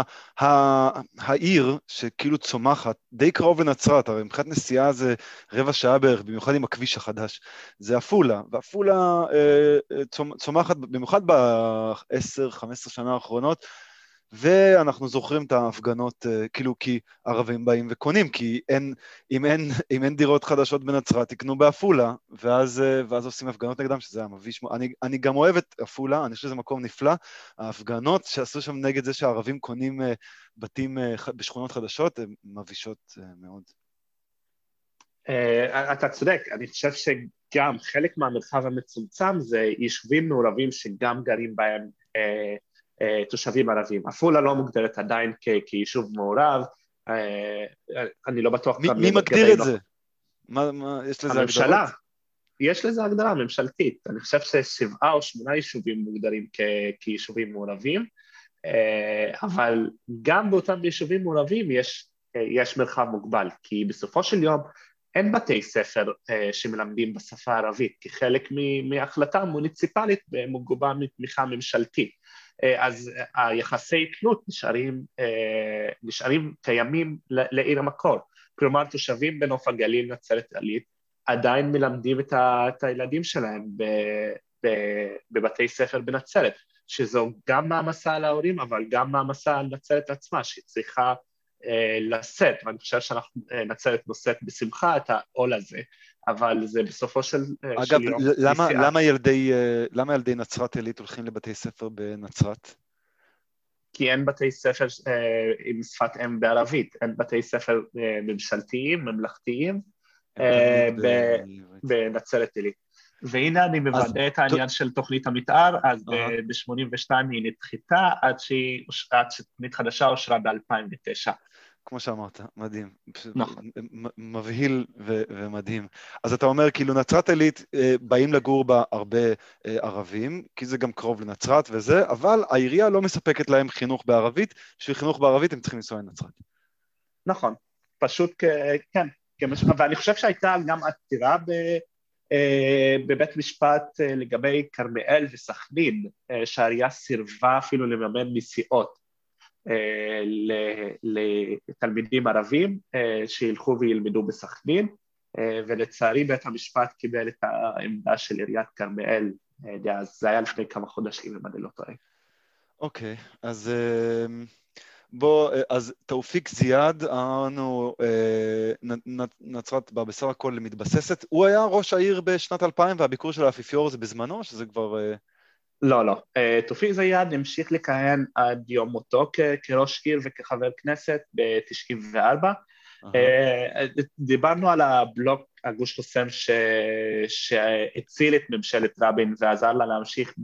העיר שכאילו צומחת, די קרוב לנצרת, הרי מבחינת נסיעה זה רבע שעה בערך, במיוחד עם הכביש החדש, זה אפולה, ואפולה צומחת במיוחד ב-עשר חמש עשרה שנה האחרונות, ואנחנו זוכרים את ההפגנות, כאילו, כי ערבים באים וקונים, כי אין, אם אין, אם אין דירות חדשות בנצרת, תקנו באפולה, ואז, ואז עושים הפגנות נגדם, שזה היה מביש. אני, אני גם אוהב את אפולה, אני חושב שזה מקום נפלא, ההפגנות שעשו שם נגד זה שהערבים קונים בתים בשכונות חדשות, הן מבישות מאוד. אתה צודק, אני חושב שגם חלק מהמרחב המצומצם, זה יישובים מעורבים שגם גרים בהם, תושבים ערבים. אפולה לא מוגדרת עדיין כיישוב מעורב, אני לא בטוח... מי מגדיר את זה? יש לזה הגדרות? יש לזה הגדרה ממשלתית. אני חושב ששבעה או שמונה יישובים מוגדרים כיישובים מעורבים, אבל גם באותם יישובים מעורבים יש מרחב מוגבל, כי בסופו של יום אין בתי ספר שמלמדים בשפה הערבית, כחלק מהחלטה מוניציפלית מגובה מתמיכה ממשלתית. אז היחסי תלות נשארים, נשארים קיימים לעיר המקור. כלומר, תושבים בנוף הגליל, נצרת עילית, עדיין מלמדים את, ה, את הילדים שלהם ב, ב, בבתי ספר בנצרת, שזו גם מעמסה על ההורים, אבל גם מעמסה על נצרת עצמה, שהיא צריכה אה, לשאת, ואני חושב שנצרת נושאת בשמחה את העול הזה, אבל זה בסופו של, אגב, של יום... למה, למה, ילדי, למה ילדי נצרת עילית הולכים לבתי ספר בנצרת? כי אין בתי ספר אה, עם שפת אם בערבית, אין בתי ספר אה, ממשלתיים, ממלכתיים, אה, ב- בנצרת עילית. והנה אני מוודא את העניין של תוכנית המתאר, אז ב-שמונים ושתיים היא נדחתה, עד שתוכנית חדשה אושרה ב-אלפיים ותשע. כמו שאמרת, מדהים, מבהיל ומדהים. אז אתה אומר, כאילו נצרת עילית באים לגור בה הרבה ערבים, כי זה גם קרוב לנצרת וזה, אבל העירייה לא מספקת להם חינוך בערבית, בשביל חינוך בערבית הם צריכים לנסוע לנצרת. נכון, פשוט כן, ואני חושב שהייתה גם עתירה בבית משפט לגבי כרמיאל וסכנין, שהעירייה סירבה אפילו לממן נסיעות, לתלמידים ערבים שילכו וילמדו בסכנין, ולצערי בית המשפט קיבל את העמדה של עיריית כרמיאל, זה היה לפני כמה חודשים אם אני לא טועה. אוקיי, אז בוא, אז תאופיק זיאד, אמרנו, נצרת בה בסך הכל מתבססת, הוא היה ראש העיר בשנת אלפיים והביקור של האפיפיור זה בזמנו, שזה כבר... לא, לא. תאופיק זיאד המשיך לכהן עד יום מותו כראש עיר וכחבר כנסת ב-תשעים וארבע. דיברנו על הבלוק הגוש חוסם שהציל את ממשלת רבין ועזר לה להמשיך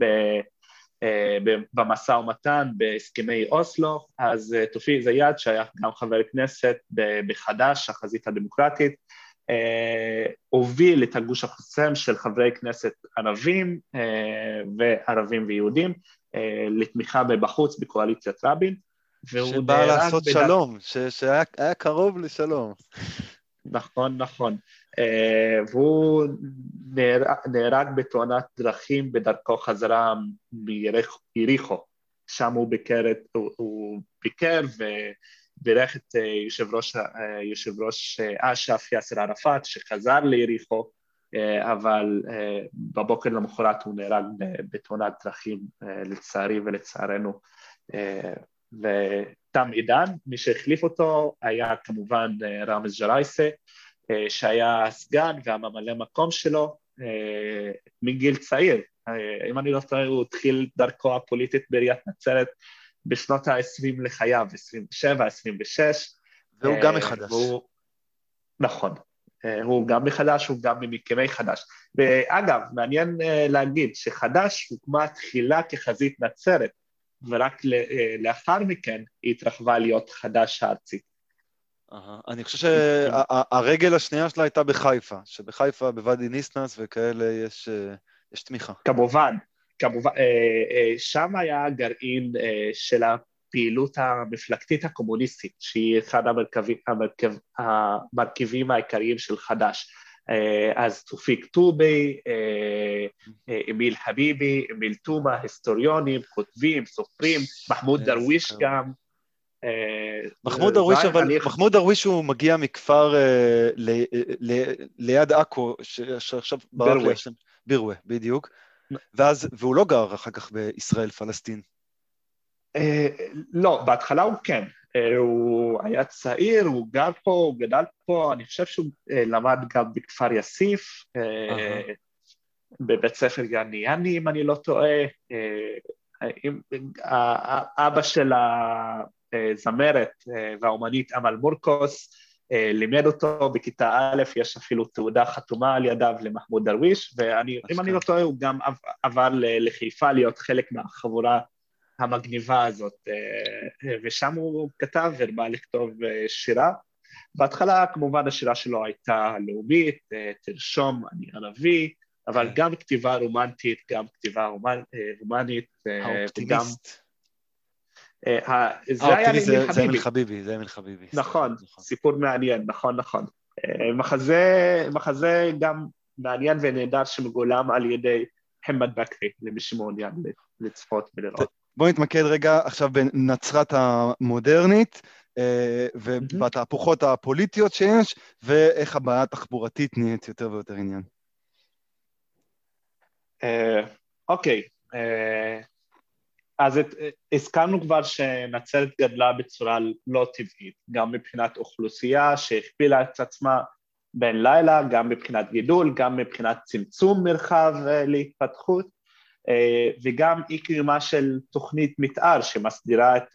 במשא ומתן, בהסכמי אוסלו. אז תאופיק זיאד שהיה גם חבר כנסת בחד"ש, החזית הדמוקרטית, הוביל את הגוש החוסם של חברי כנסת ערבים וערבים ויהודים לתמיכה בחוץ בקואליציית רבין. שבא לעשות שלום, שהיה קרוב לשלום. נכון, נכון. והוא נהרג בתאונת דרכים בדרכו חזרה מיריחו, שם הוא ביקר ו... בירך את יושב ראש, יושב ראש אש"ף יאסר ערפאת שחזר ליריחו, אבל בבוקר למחרת הוא נהרג בתאונת דרכים לצערי ולצערנו, ותם עידן, מי שהחליף אותו היה כמובן רמז ג'ראיסה, שהיה הסגן והממלא מקום שלו, מגיל צעיר. אם אני לא טועה, הוא התחיל דרכו הפוליטית בעיריית נצרת בשנות ה-עשרים לחייו, עשרים ושבע, עשרים ושש. והוא גם מחדש. והוא, נכון, הוא גם מחדש, הוא גם ממקימי חדש. ואגב, מעניין להגיד שחדש הוקמה תחילה כחזית נצרת, ורק לאחר מכן היא התרחבה להיות חדש הארצית. אני חושב שהרגל השנייה שלה הייתה בחיפה, שבחיפה בוואדי ניסנס וכאלה יש תמיכה. כמובן, כמובן, שם היה הגרעין של הפעילות המפלגתית הקומוניסטית, שהיא אחד המרכיבים העיקריים של חדש. אז תופיק טובי, אמיל חביבי, אמיל תומה, היסטוריונים, כותבים, סופרים, מחמוד דרוויש גם. מחמוד דרוויש, אבל מחמוד דרוויש הוא מגיע מכפר ליד עכו, שעכשיו בירווה. בירווה, בדיוק. ואז, והוא לא גר אחר כך בישראל, פלסטין. לא, בהתחלה הוא כן. הוא היה צעיר, הוא גר פה, הוא גדל פה, אני חושב שהוא למד גם בכפר יסיף, בבית ספר יני יני, אם אני לא טועה. אבא של הזמרת והאומנית אמל מורקוס, לימד אותו בכיתה א', יש אפילו תעודה חתומה על ידיו למחמוד דרוויש, ואם אני לא טועה, הוא גם עבר לחיפה להיות חלק מהחבורה המגניבה הזאת, ושם הוא כתב והרבה לכתוב שירה. בהתחלה כמובן השירה שלו הייתה לאומית, תרשום, אני ערבי, אבל גם כתיבה רומנטית, גם כתיבה רומנית. האופטימיסט. זה היה זה אמיל חביבי, זה אמיל חביבי. נכון, סיפור מעניין, נכון, נכון. מחזה גם מעניין ונהדר שמגולם על ידי חמד בקרי, למי שמעוניין לצפות ולראות. בואו נתמקד רגע עכשיו בנצרת המודרנית, ובתהפוכות הפוליטיות שיש, ואיך הבעיה התחבורתית נהיית יותר ויותר עניין. אוקיי, אז הזכרנו כבר שנצרת גדלה בצורה לא טבעית, גם מבחינת אוכלוסייה שהכפילה את עצמה בין לילה, גם מבחינת גידול, גם מבחינת צמצום מרחב להתפתחות, וגם אי קיומה של תוכנית מתאר שמסדירה את,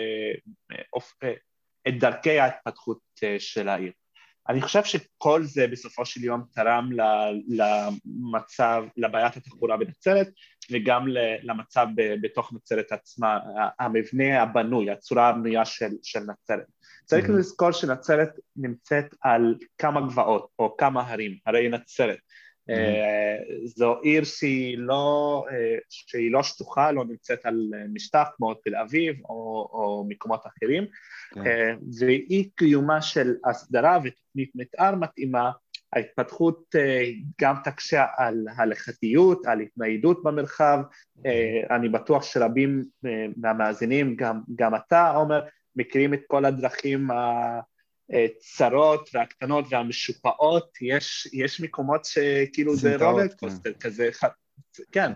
את דרכי ההתפתחות של העיר. אני חושב שכל זה בסופו של יום תרם למצב, לבעיית התחבורה בנצרת, וגם למצב בתוך נצרת עצמה, המבנה הבנוי, הצורה הבנויה של, של נצרת. צריך mm-hmm. לזכור שנצרת נמצאת על כמה גבעות או כמה הרים, הרי נצרת. Mm-hmm. זו עיר שהיא לא, שהיא לא שטוחה, לא נמצאת על משטח כמו תל אביב או, או מקומות אחרים, okay. ואי קיומה של הסדרה ותוכנית מתאר מתאימה, ההתפתחות גם תקשה על הלכתיות, על התניידות במרחב, mm-hmm. אני בטוח שרבים מהמאזינים, גם, גם אתה עומר, מכירים את כל הדרכים הצרות והקטנות והמשופעות, יש, יש מקומות שכאילו זה רולר קוסטר כזה, כן,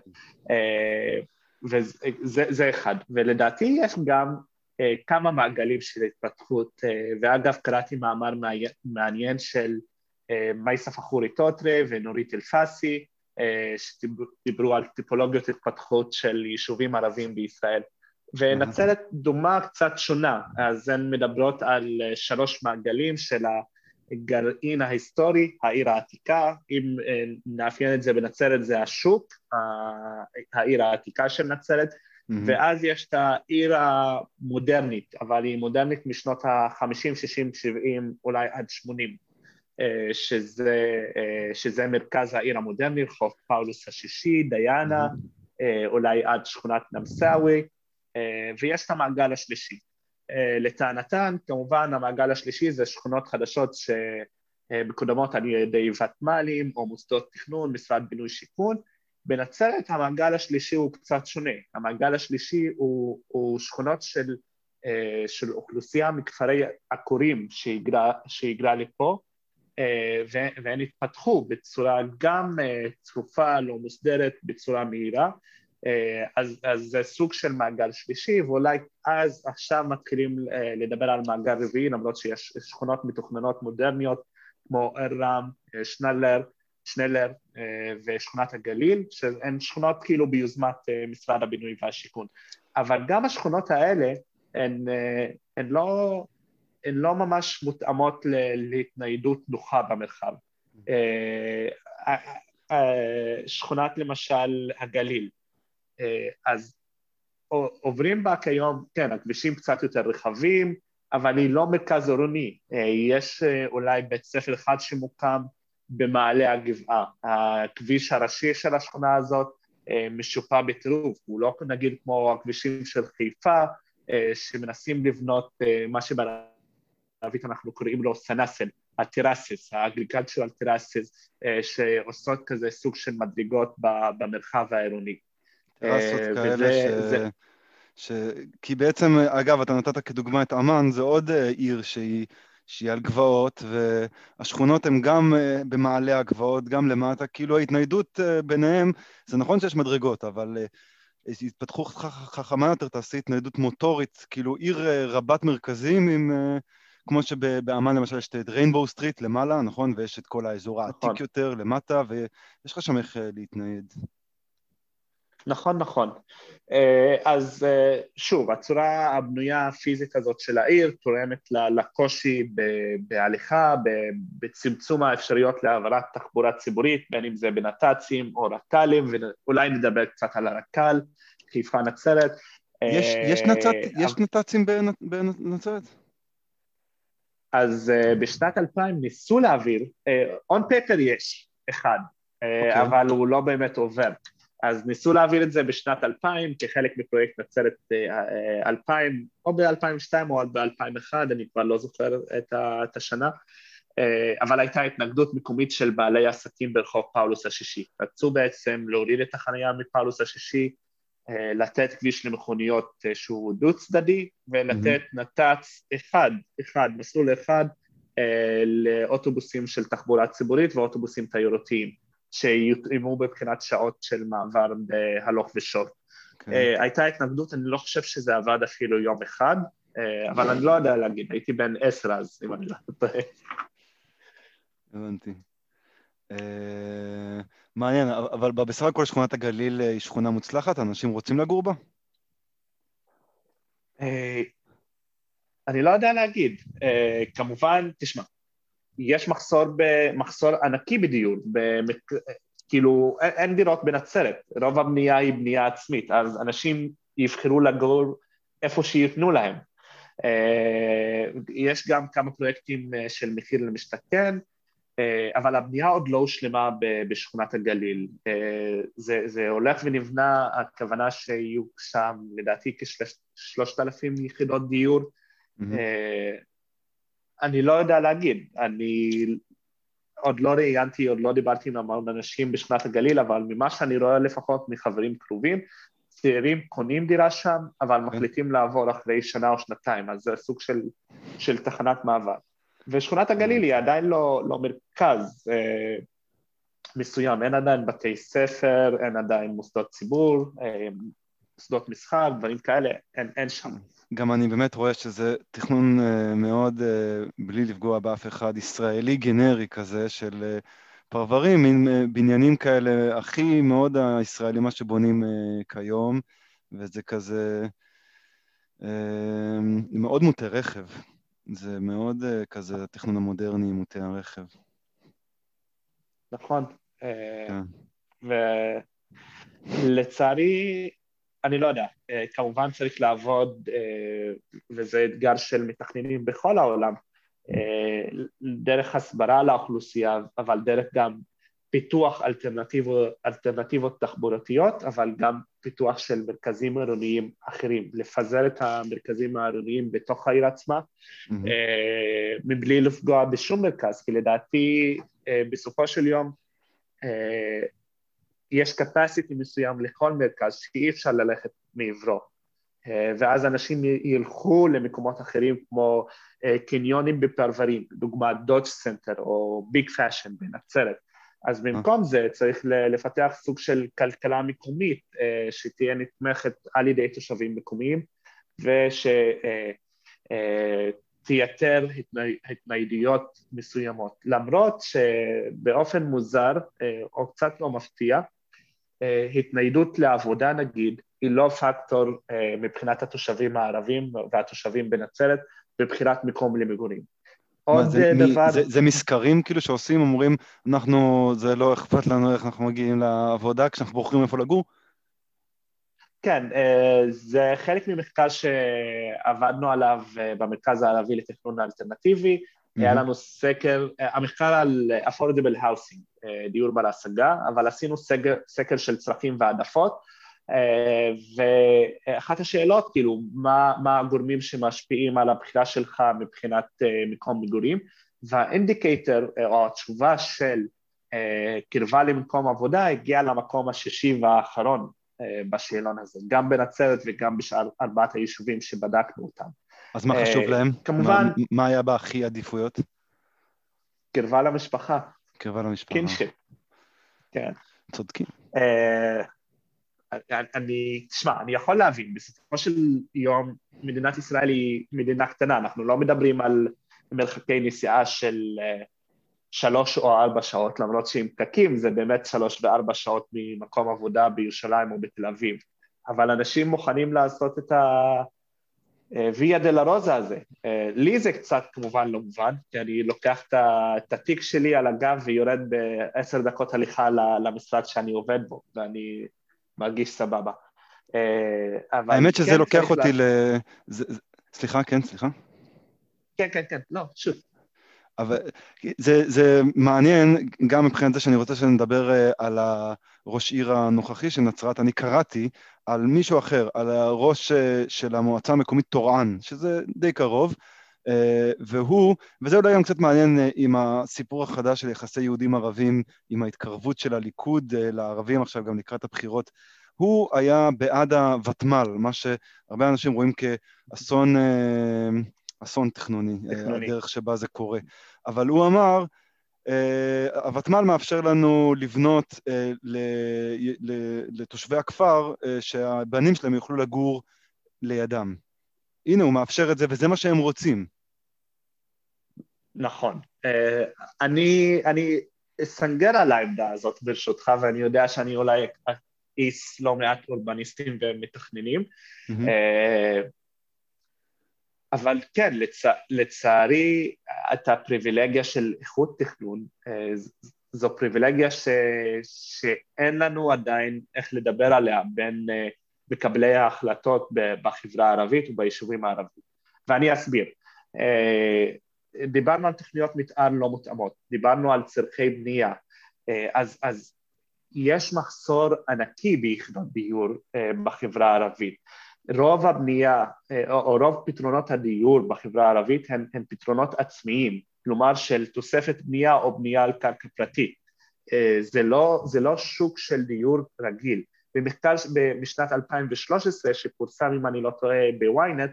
וזה זה אחד, ולדעתי יש גם כמה מעגלים של התפתחות, ואגב קראתי מאמר מעניין של מייסף אחורי טוטרה ונורית אלפסי, שדיברו על טיפולוגיות התפתחות של יישובים ערבים בישראל, ונצרת דומה קצת שונה, אז הן מדברות על שלוש מעגלים של הגרעין ההיסטורי, העיר העתיקה, אם נאפיין את זה בנצרת זה השוק, העיר העתיקה של נצרת, mm-hmm. ואז יש את העיר המודרנית, אבל היא מודרנית משנות ה-חמישים, שישים, שבעים, אולי עד שמונים, שזה, שזה מרכז העיר המודרני, רחוב פאולוס השישי, דיאנה, mm-hmm. אולי עד שכונת נמסאווי, ויש את המעגל השלישי. לטענתן, כמובן, המעגל השלישי זה שכונות חדשות שמקודמות על ידי ותמ"לים או מוסדות תכנון, משרד בינוי שיכון. בנצרת המעגל השלישי הוא קצת שונה. המעגל השלישי הוא, הוא שכונות של, של אוכלוסייה מכפרי עקורים שהיגרה, שהיגרה לפה, והן התפתחו בצורה גם צפופה, לא מוסדרת, בצורה מהירה, אז, אז זה סוג של מעגל שלישי, ואולי אז עכשיו מתחילים לדבר על מעגל רביעי, למרות שיש שכונות מתוכננות מודרניות כמו אל-רם, שנלר, שנלר ושכונת הגליל, שהן שכונות כאילו ביוזמת משרד הבינוי והשיכון. אבל גם השכונות האלה, הן, הן לא, הן לא ממש מותאמות להתניידות נוחה במרחב. שכונת למשל הגליל, אז עוברים בה כיום, כן, הכבישים קצת יותר רחבים, אבל היא לא מרכז עירוני. יש אולי בית ספר אחד שמוקם במעלה הגבעה. הכביש הראשי של השכונה הזאת משופע בטירוף, הוא לא נגיד כמו הכבישים של חיפה, שמנסים לבנות מה שבערבית אנחנו קוראים לו סנסל, הטרסס, האגריגציה על טרסס, שעושות כזה סוג של מדרגות במרחב העירוני. טרסות כאלה וזה, ש... זה... ש... כי בעצם, אגב, אתה נתת כדוגמה את אמן, זה עוד עיר שהיא, שהיא על גבעות, והשכונות הן גם במעלה הגבעות, גם למטה, כאילו ההתניידות ביניהם, זה נכון שיש מדרגות, אבל התפתחות חכמה יותר, תעשי התניידות מוטורית, כאילו עיר רבת מרכזים, עם, כמו שבאמן למשל יש את ריינבואו סטריט למעלה, נכון? ויש את כל האזור העתיק נכון. יותר למטה, ויש לך שם איך להתנייד. נכון, נכון. אז שוב, הצורה הבנויה הפיזית הזאת של העיר תורמת לקושי בהליכה, בצמצום האפשריות להעברת תחבורה ציבורית, בין אם זה בנת"צים או רק"לים, ואולי נדבר קצת על הרק"ל, חיפה נצרת. יש, יש, נצת, יש נת"צים בנצרת? אז בשנת אלפיים ניסו להעביר, on paper יש אחד, okay. אבל הוא לא באמת עובר. אז ניסו להעביר את זה בשנת אלפיים, כחלק מפרויקט נצרת אלפיים, או ב-אלפיים ושתיים או ב-אלפיים ואחת, אני כבר לא זוכר את השנה, אבל הייתה התנגדות מקומית של בעלי עסקים ברחוב פאולוס השישי. רצו בעצם להוריד את החנייה מפאולוס השישי, לתת כביש למכוניות שהוא דו צדדי, ולתת mm-hmm. נת"צ אחד, אחד, מסלול אחד, לאוטובוסים של תחבורה ציבורית ואוטובוסים תיירותיים. שיותאמו בבחינת שעות של מעבר בהלוך ושוב. Okay. Uh, הייתה התנגדות, אני לא חושב שזה עבד אפילו יום אחד, uh, אבל אני לא יודע להגיד, הייתי בן עשר אז, אם אני לא טועה. הבנתי. Uh, מעניין, אבל בסך הכל שכונת הגליל היא שכונה מוצלחת, אנשים רוצים לגור בה? Uh, אני לא יודע להגיד, uh, כמובן, תשמע, יש מחסור, מחסור ענקי בדיור, במק... כאילו אין, אין דירות בנצרת, רוב הבנייה היא בנייה עצמית, אז אנשים יבחרו לגור איפה שיתנו להם. יש גם כמה פרויקטים של מחיר למשתכן, אבל הבנייה עוד לא הושלמה בשכונת הגליל. זה, זה הולך ונבנה, הכוונה שיהיו שם לדעתי כשלושת אלפים יחידות דיור, mm-hmm. אני לא יודע להגיד, אני עוד לא ראיינתי, עוד לא דיברתי עם המון אנשים בשכונת הגליל, אבל ממה שאני רואה לפחות מחברים קרובים, צעירים קונים דירה שם, אבל מחליטים לעבור אחרי שנה או שנתיים, אז זה סוג של, של תחנת מעבר. ושכונת הגליל היא עדיין לא, לא מרכז אה, מסוים, אין עדיין בתי ספר, אין עדיין מוסדות ציבור, אה, מוסדות מסחר, דברים כאלה, אין, אין שם. גם אני באמת רואה שזה תכנון מאוד, בלי לפגוע באף אחד, ישראלי גנרי כזה של פרברים, מין בניינים כאלה, הכי מאוד הישראלי מה שבונים כיום, וזה כזה, מאוד מוטה רכב, זה מאוד כזה התכנון המודרני מוטה הרכב. נכון, ולצערי, אני לא יודע, כמובן צריך לעבוד, וזה אתגר של מתכננים בכל העולם, דרך הסברה לאוכלוסייה, אבל דרך גם פיתוח אלטרנטיבות, אלטרנטיבות תחבורתיות, אבל גם פיתוח של מרכזים עירוניים אחרים, לפזר את המרכזים העירוניים בתוך העיר עצמה, mm-hmm. מבלי לפגוע בשום מרכז, כי לדעתי בסופו של יום, יש capacity מסוים לכל מרכז שאי אפשר ללכת מעברו, ואז אנשים ילכו למקומות אחרים כמו קניונים בפרברים, דוגמת דודג' סנטר או ביג פאשן בנצרת, אז במקום זה צריך לפתח סוג של כלכלה מקומית שתהיה נתמכת על ידי תושבים מקומיים, ושתהיה תייתר התניידויות מסוימות, למרות שבאופן מוזר, או קצת לא מפתיע, התניידות לעבודה נגיד, היא לא פקטור מבחינת התושבים הערבים והתושבים בנצרת, בבחירת מקום למגורים. מה, זה, דבר... זה, זה מסקרים כאילו שעושים, אומרים, אנחנו, זה לא אכפת לנו איך אנחנו מגיעים לעבודה, כשאנחנו בוחרים איפה לגור? כן, זה חלק ממחקר שעבדנו עליו במרכז הערבי לתכנון האלטרנטיבי, mm-hmm. היה לנו סקר, המחקר על affordable housing, דיור בר השגה, אבל עשינו סקר, סקר של צרכים והעדפות, ואחת השאלות, כאילו, מה, מה הגורמים שמשפיעים על הבחירה שלך מבחינת מקום מגורים, והאינדיקטור או התשובה של קרבה למקום עבודה הגיעה למקום השישי והאחרון, בשאלון הזה, גם בנצרת וגם בשאר ארבעת היישובים שבדקנו אותם. אז מה חשוב להם? כמובן... מה, מה היה בהכי עדיפויות? קרבה למשפחה. קרבה למשפחה. קינשip. כן. צודקים. אני, תשמע, אני יכול להבין, בסופו של יום, מדינת ישראל היא מדינה קטנה, אנחנו לא מדברים על מרחקי נסיעה של... שלוש או ארבע שעות, למרות שעם פקקים זה באמת שלוש וארבע שעות ממקום עבודה בירושלים או בתל אביב. אבל אנשים מוכנים לעשות את הוויה דלרוזה הזה. לי זה קצת כמובן לא מובן, כי אני לוקח את התיק שלי על הגב ויורד בעשר דקות הליכה למשרד שאני עובד בו, ואני מרגיש סבבה. האמת שזה לוקח אותי ל... סליחה, כן, סליחה. כן, כן, כן, לא, שוב. אבל זה, זה מעניין, גם מבחינת זה שאני רוצה שנדבר על הראש עיר הנוכחי של נצרת. אני קראתי על מישהו אחר, על הראש של המועצה המקומית טורען, שזה די קרוב, והוא, וזה אולי גם קצת מעניין עם הסיפור החדש של יחסי יהודים ערבים, עם ההתקרבות של הליכוד לערבים עכשיו גם לקראת הבחירות, הוא היה בעד הוותמ"ל, מה שהרבה אנשים רואים כאסון... אסון תכנוני, תכנוני, הדרך שבה זה קורה. אבל הוא אמר, הוותמ"ל מאפשר לנו לבנות לתושבי הכפר, שהבנים שלהם יוכלו לגור לידם. הנה, הוא מאפשר את זה, וזה מה שהם רוצים. נכון. אני, אני אסנגר על העמדה הזאת ברשותך, ואני יודע שאני אולי אכעיס לא מעט אורבניסטים ומתכננים, mm-hmm. אבל כן, לצע... לצערי, את הפריבילגיה של איכות תכנון, זו פריבילגיה ש... שאין לנו עדיין איך לדבר עליה בין מקבלי ההחלטות בחברה הערבית וביישובים הערביים. ואני אסביר. דיברנו על תכניות מתאר לא מותאמות, דיברנו על צרכי בנייה, אז, אז יש מחסור ענקי ביחידות דיור בחברה הערבית. רוב הבנייה, או רוב פתרונות הדיור בחברה הערבית הם, הם פתרונות עצמיים, כלומר של תוספת בנייה או בנייה על קרקע פרטית. זה לא, זה לא שוק של דיור רגיל. במחקר בשנת אלפיים ושלוש עשרה שפורסם, אם אני לא טועה, בוויינט,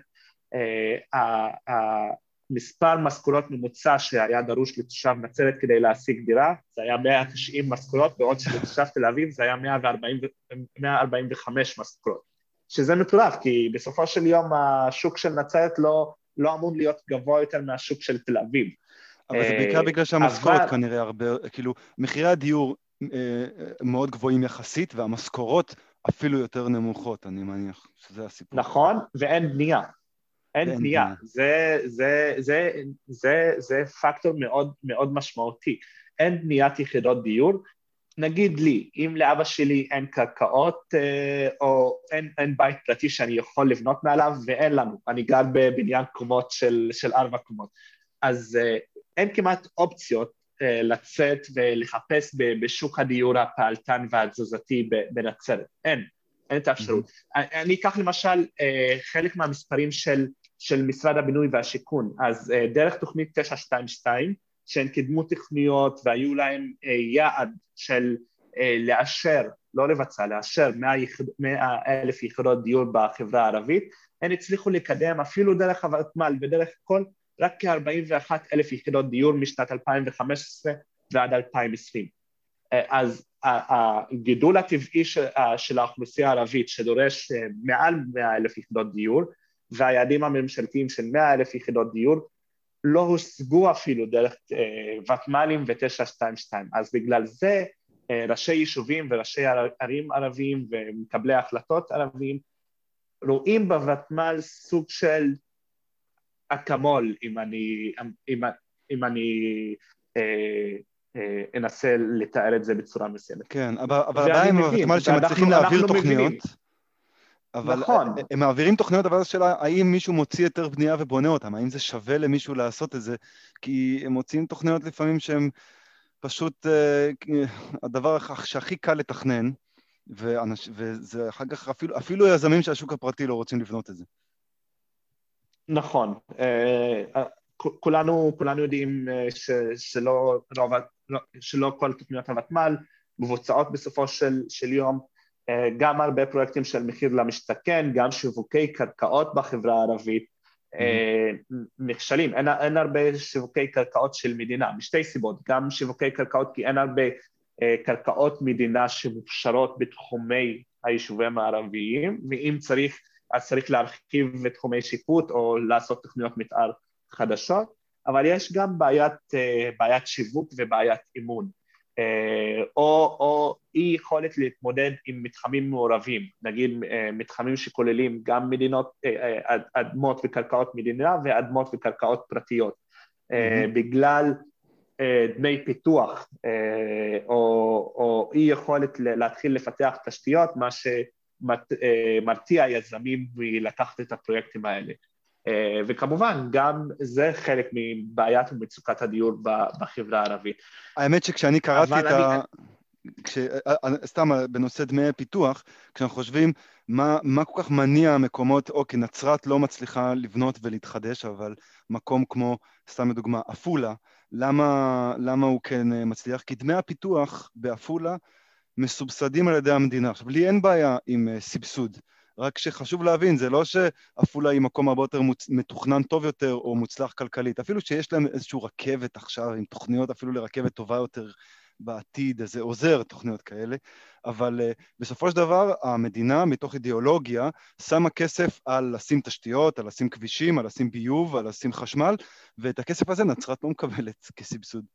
המספר משכורות ממוצע שהיה דרוש לתושב נצרת כדי להשיג דירה, זה היה מאה ותשעים משכורות, בעוד שלתושב תל אביב זה היה מאה וארבעים וחמש משכורות. שזה מטורף, כי בסופו של יום השוק של נצרת לא, לא אמור להיות גבוה יותר מהשוק של תל אביב. אבל זה בעיקר בגלל שהמשכורת אבל... כנראה הרבה, כאילו, מחירי הדיור אה, מאוד גבוהים יחסית, והמשכורות אפילו יותר נמוכות, אני מניח שזה הסיפור. נכון, ואין בנייה. אין בנייה. זה, זה, זה, זה, זה פקטור מאוד, מאוד משמעותי. אין בניית יחידות דיור, נגיד לי, אם לאבא שלי אין קרקעות, או אין, אין בית פרטי שאני יכול לבנות מעליו, ואין לנו, אני גר בבניין קומות של, של ארבע קומות, אז אין כמעט אופציות לצאת ולחפש בשוק הדיור הפעלתן והתזוזתי בנצרת, אין, אין את האפשרות. Mm-hmm. אני אקח למשל חלק מהמספרים של, של משרד הבינוי והשיכון, אז דרך תוכנית תשע שתיים שתיים, שהן קידמו תכניות והיו להם יעד של לאשר, לא לבצע, לאשר מאה אלף יחידות דיור בחברה הערבית, הן הצליחו לקדם אפילו דרך הוותמ"ל ודרך כל, רק כ-ארבעים ואחת אלף יחידות דיור משנת אלפיים וחמש עשרה ועד אלפיים ועשרים. אז הגידול הטבעי של האוכלוסייה הערבית שדורש מעל מאה אלף יחידות דיור, והיעדים הממשלתיים של מאה אלף יחידות דיור, לא הושגו אפילו דרך ותמ"לים ו-תשע שתיים שתיים, אז בגלל זה ראשי יישובים וראשי ערים ערבים ומקבלי החלטות ערבים, רואים בוותמ"ל סוג של אקמול, אם אני, אם, אם אני אה, אה, אנסה לתאר את זה בצורה מסוימת. כן, אבל, אבל הבעיה עם הוותמ"ל שהם מצליחים להעביר תוכניות, מבינים. אבל נכון. הם מעבירים תוכניות, אבל השאלה, האם מישהו מוציא יותר בנייה ובונה אותם? האם זה שווה למישהו לעשות את זה? כי הם מוציאים תוכניות לפעמים שהם פשוט אה, הדבר שהכי קל לתכנן, ואנש, וזה אחר כך אפילו, אפילו יזמים שהשוק הפרטי לא רוצים לבנות את זה. נכון. כולנו, כולנו יודעים ש, שלא, שלא כל תוכניות הוותמ"ל מבוצעות בסופו של, של יום, גם הרבה פרויקטים של מחיר למשתכן, גם שיווקי קרקעות בחברה הערבית, mm-hmm. נכשלים. אין, אין הרבה שיווקי קרקעות של מדינה, משתי סיבות, גם שיווקי קרקעות כי אין הרבה קרקעות מדינה שמופשרות בתחומי היישובים הערביים, ואם צריך, אז צריך להרחיב בתחומי שיפוט או לעשות תוכניות מתאר חדשות, אבל יש גם בעיית, בעיית שיווק ובעיית אימון, או, או אי יכולת להתמודד עם מתחמים מעורבים, נגיד מתחמים שכוללים גם מדינות, אדמות וקרקעות מדינה ואדמות וקרקעות פרטיות, mm-hmm. בגלל דמי פיתוח, או, או אי יכולת להתחיל לפתח תשתיות, מה שמרתיע יזמים ולקחת את הפרויקטים האלה. וכמובן, גם זה חלק מבעיית ומצוקת הדיור בחברה הערבית. האמת שכשאני קראתי את ה... כש... סתם בנושא דמי פיתוח, כשאנחנו חושבים מה, מה כל כך מניע המקומות, אוקיי, נצרת לא מצליחה לבנות ולהתחדש, אבל מקום כמו, סתם לדוגמה, אפולה, למה, למה הוא כן מצליח? כי דמי הפיתוח באפולה מסובסדים על ידי המדינה. עכשיו, לי אין בעיה עם סבסוד, רק שחשוב להבין, זה לא שאפולה היא מקום הרבה יותר מתוכנן טוב יותר או מוצלח כלכלית, אפילו שיש להם איזושהי רכבת עכשיו, עם תוכניות אפילו לרכבת טובה יותר בעתיד, אז זה עוזר תוכניות כאלה, אבל uh, בסופו של דבר המדינה מתוך אידיאולוגיה שמה כסף על לשים תשתיות, על לשים כבישים, על לשים ביוב, על לשים חשמל, ואת הכסף הזה נצרת לא מקבלת כסבסוד.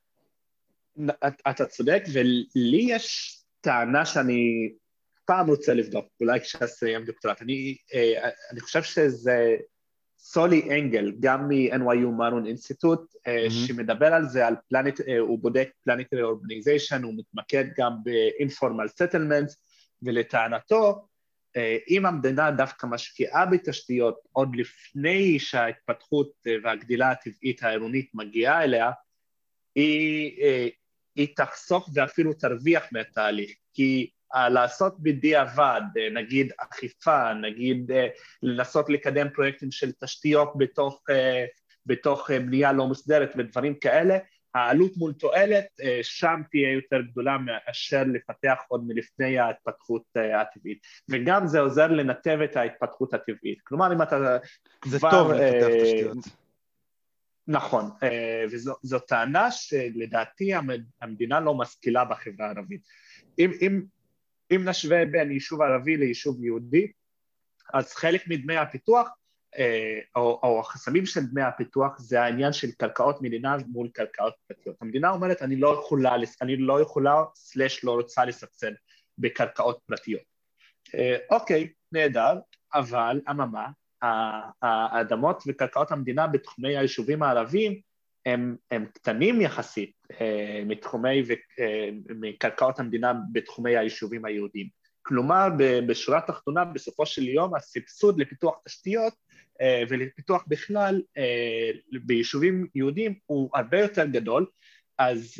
אתה צודק, ולי יש טענה שאני פעם רוצה לבדוק, אולי כשאסיים דוקטורט, אני, אני חושב שזה סולי אנגל, גם מ-אן וואי יו מרון אינסטיטוט, mm-hmm. שמדבר על זה, על פלנט, הוא בודק planetary urbanization, הוא מתמקד גם ב-informal settlements, ולטענתו, אם המדינה דווקא משקיעה בתשתיות, עוד לפני שההתפתחות והגדילה הטבעית העירונית מגיעה אליה, היא, היא תחסוך ואפילו תרוויח מהתהליך, כי לעשות בדיעבד, נגיד אכיפה, נגיד לנסות לקדם פרויקטים של תשתיות בתוך, בתוך בנייה לא מוסדרת ודברים כאלה, העלות מול תועלת שם תהיה יותר גדולה מאשר לפתח עוד מלפני ההתפתחות הטבעית. וגם זה עוזר לנתב את ההתפתחות הטבעית. כלומר, אם אתה זה כבר... טוב לפתח תשתיות. נכון, וזו טענה שלדעתי המדינה לא משכילה בחברה הערבית. אם, אם, אם נשווה בין יישוב ערבי ליישוב יהודי, אז חלק מדמי הפיתוח, או, או החסמים של דמי הפיתוח, זה העניין של קרקעות מדינה מול קרקעות פרטיות. המדינה אומרת, אני לא יכולה, אני לא יכולה, סלש לא רוצה לסבסד בקרקעות פרטיות. אוקיי, נהדר, אבל אממה, האדמות וקרקעות המדינה בתחומי היישובים הערביים הם, הם קטנים יחסית מתחומי ומקרקעות המדינה בתחומי היישובים היהודיים. כלומר, בשורה התחתונה, בסופו של יום, הסבסוד לפיתוח תשתיות ולפיתוח בכלל ביישובים יהודיים הוא הרבה יותר גדול, אז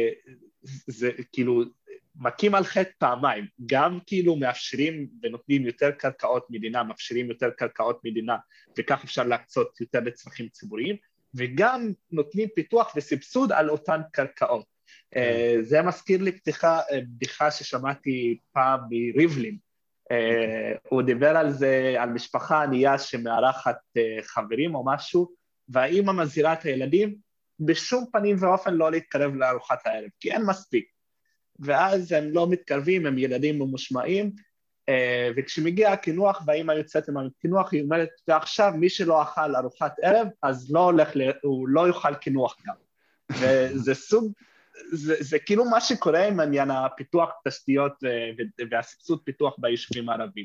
זה כאילו מקים על חטא פעמיים, גם כאילו מאפשרים ונותנים יותר קרקעות מדינה, מאפשרים יותר קרקעות מדינה, וכך אפשר להקצות יותר לצרכים ציבוריים, וגם נותנים פיתוח וסבסוד על אותן קרקעות. זה מזכיר לי פתיחה, בדיחה ששמעתי פעם מריבלין, הוא דיבר על זה, על משפחה ענייה שמארחת חברים או משהו, והאמא מזהירה את הילדים, בשום פנים ואופן לא להתקרב לארוחת הערב, כי אין מספיק. ואז הם לא מתקרבים, הם ילדים ממושמעים, וכשמגיע הקינוח, והאמא יוצאת עם הקינוח, היא אומרת, ועכשיו מי שלא אכל ארוחת ערב, אז לא הולך, הוא לא יאכל קינוח גם. וזה סוג, זה, זה כאילו מה שקורה עם עניין הפיתוח תשתיות והסבסוד פיתוח ביישובים הערבים.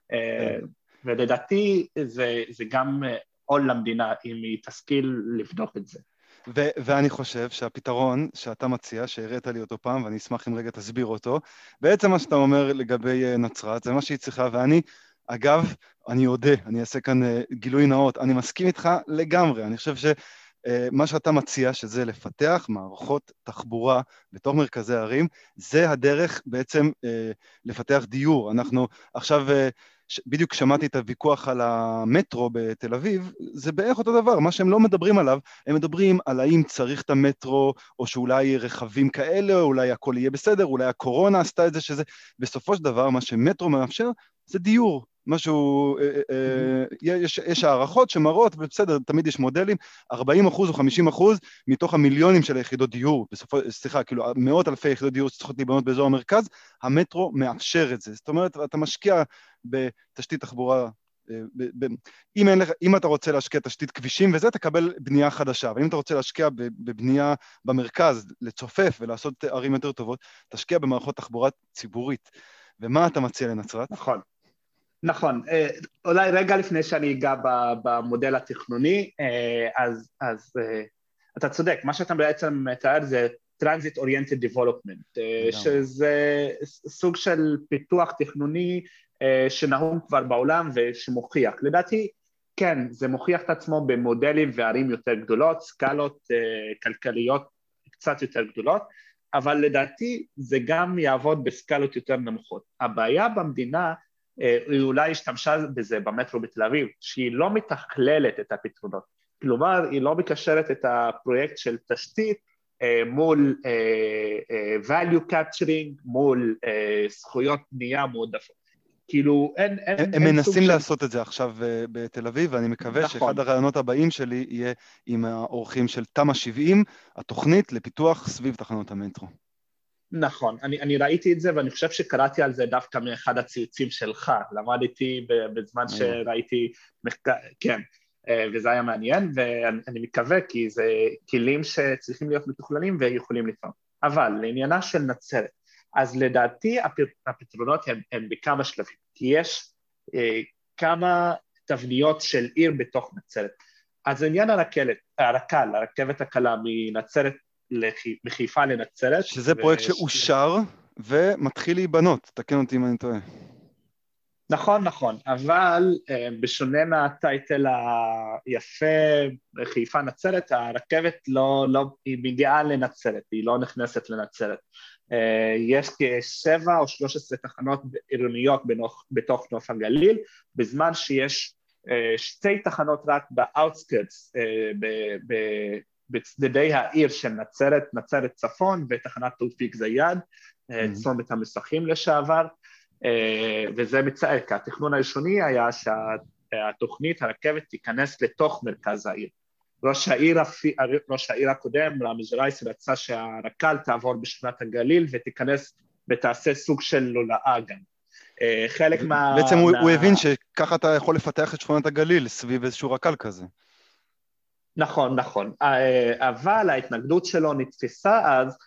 ולדעתי זה, זה גם עול למדינה אם היא תשכיל לבדוק את זה. ו- ואני חושב שהפתרון שאתה מציע, שהראית לי אותו פעם, ואני אשמח אם רגע תסביר אותו, בעצם מה שאתה אומר לגבי נצרת, זה מה שהיא צריכה, ואני, אגב, אני יודע, אני אעשה כאן גילוי נאות, אני מסכים איתך לגמרי, אני חושב שמה שאתה מציע, שזה לפתח מערכות תחבורה בתוך מרכזי הערים, זה הדרך בעצם לפתח דיור. אנחנו עכשיו, בדיוק שמעתי את הוויכוח על המטרו בתל אביב, זה בערך אותו דבר, מה שהם לא מדברים עליו, הם מדברים על האם צריך את המטרו, או שאולי רכבים כאלה, או אולי הכל יהיה בסדר, אולי הקורונה עשתה את זה, שזה בסופו של דבר, מה שמטרו מאפשר, זה דיור, משהו, יש, יש הערכות שמראות, ובסדר, תמיד יש מודלים, ארבעים אחוז או חמישים אחוז מתוך המיליונים של היחידות דיור, בסופו, סליחה, כאילו, מאות אלפי יחידות דיור שצריכות להיבנות באזור המרכז, המטרו מאפשר את זה, זאת אומרת, אתה משקיע בתשתית תחבורה, ב, ב, אם, אין לך, אם אתה רוצה להשקיע תשתית כבישים וזה, תקבל בנייה חדשה, אבל אם אתה רוצה להשקיע בבנייה במרכז, לצופף ולעשות ערים יותר טובות, תשקיע במערכות תחבורה ציבורית. ומה אתה מציע לנצרת? נכון. נכון, אולי רגע לפני שאני אגע במודל התכנוני, אז, אז אתה צודק, מה שאתה בעצם מתאר זה Transit Oriented Development, שזה סוג של פיתוח תכנוני שנהוג כבר בעולם ושמוכיח. לדעתי, כן, זה מוכיח את עצמו במודלים וערים יותר גדולות, סקלות כלכליות קצת יותר גדולות, אבל לדעתי זה גם יעבוד בסקלות יותר נמוכות. הבעיה במדינה, היא אולי השתמשה בזה במטרו בתל אביב, שהיא לא מתכללת את הפתרונות. כלומר, היא לא מקשרת את הפרויקט של תשתית מול value capturing, מול זכויות בנייה מועדפות. כאילו, אין... אין הם אין מנסים של... לעשות את זה עכשיו בתל אביב, ואני מקווה נכון. שאחד הרעיונות הבאים שלי יהיה עם האורחים של תמ"א שבעים, התוכנית לפיתוח סביב תחנות המטרו. נכון, אני, אני ראיתי את זה, ואני חושב שקראתי על זה דווקא מאחד הציוצים שלך, למדתי בזמן שראיתי מחקר, כן, וזה היה מעניין, ואני מקווה, כי זה כלים שצריכים להיות מתוכללים ויכולים לפעמים. אבל לעניינה של נצרת, אז לדעתי הפתרונות הם, הם בכמה שלבים, כי יש אה, כמה תבניות של עיר בתוך נצרת. אז עניין הרכבת, הרק"ל, הרכבת הקלה מנצרת, מחיפה לנצרת. שזה פרויקט שאושר ומתחיל להיבנות, תקן אותי אם אני טועה. נכון, נכון, אבל בשונה מהטייטל היפה בחיפה נצרת, הרכבת לא, לא, היא מגיעה לנצרת, היא לא נכנסת לנצרת. יש כשבע או שלוש עשרה תחנות עירוניות בתוך נוף הגליל, בזמן שיש שתי תחנות רק באוטסקרטס, ב... בצדדי העיר של נצרת, נצרת צפון ותחנת תאופיק זיאד, צומת המסכים לשעבר, וזה מצער, כי התכנון הראשוני היה שהתוכנית, הרכבת תיכנס לתוך מרכז העיר. ראש העיר, ראש העיר הקודם, רמז רייס, רצה שהרק"ל תעבור בשכונת הגליל ותיכנס ותעשה סוג של לולאה גם. חלק מה... בעצם הוא הבין שככה אתה יכול לפתח את שכונת הגליל סביב איזשהו רק"ל כזה. נכון, נכון, אבל ההתנגדות שלו נתפסה אז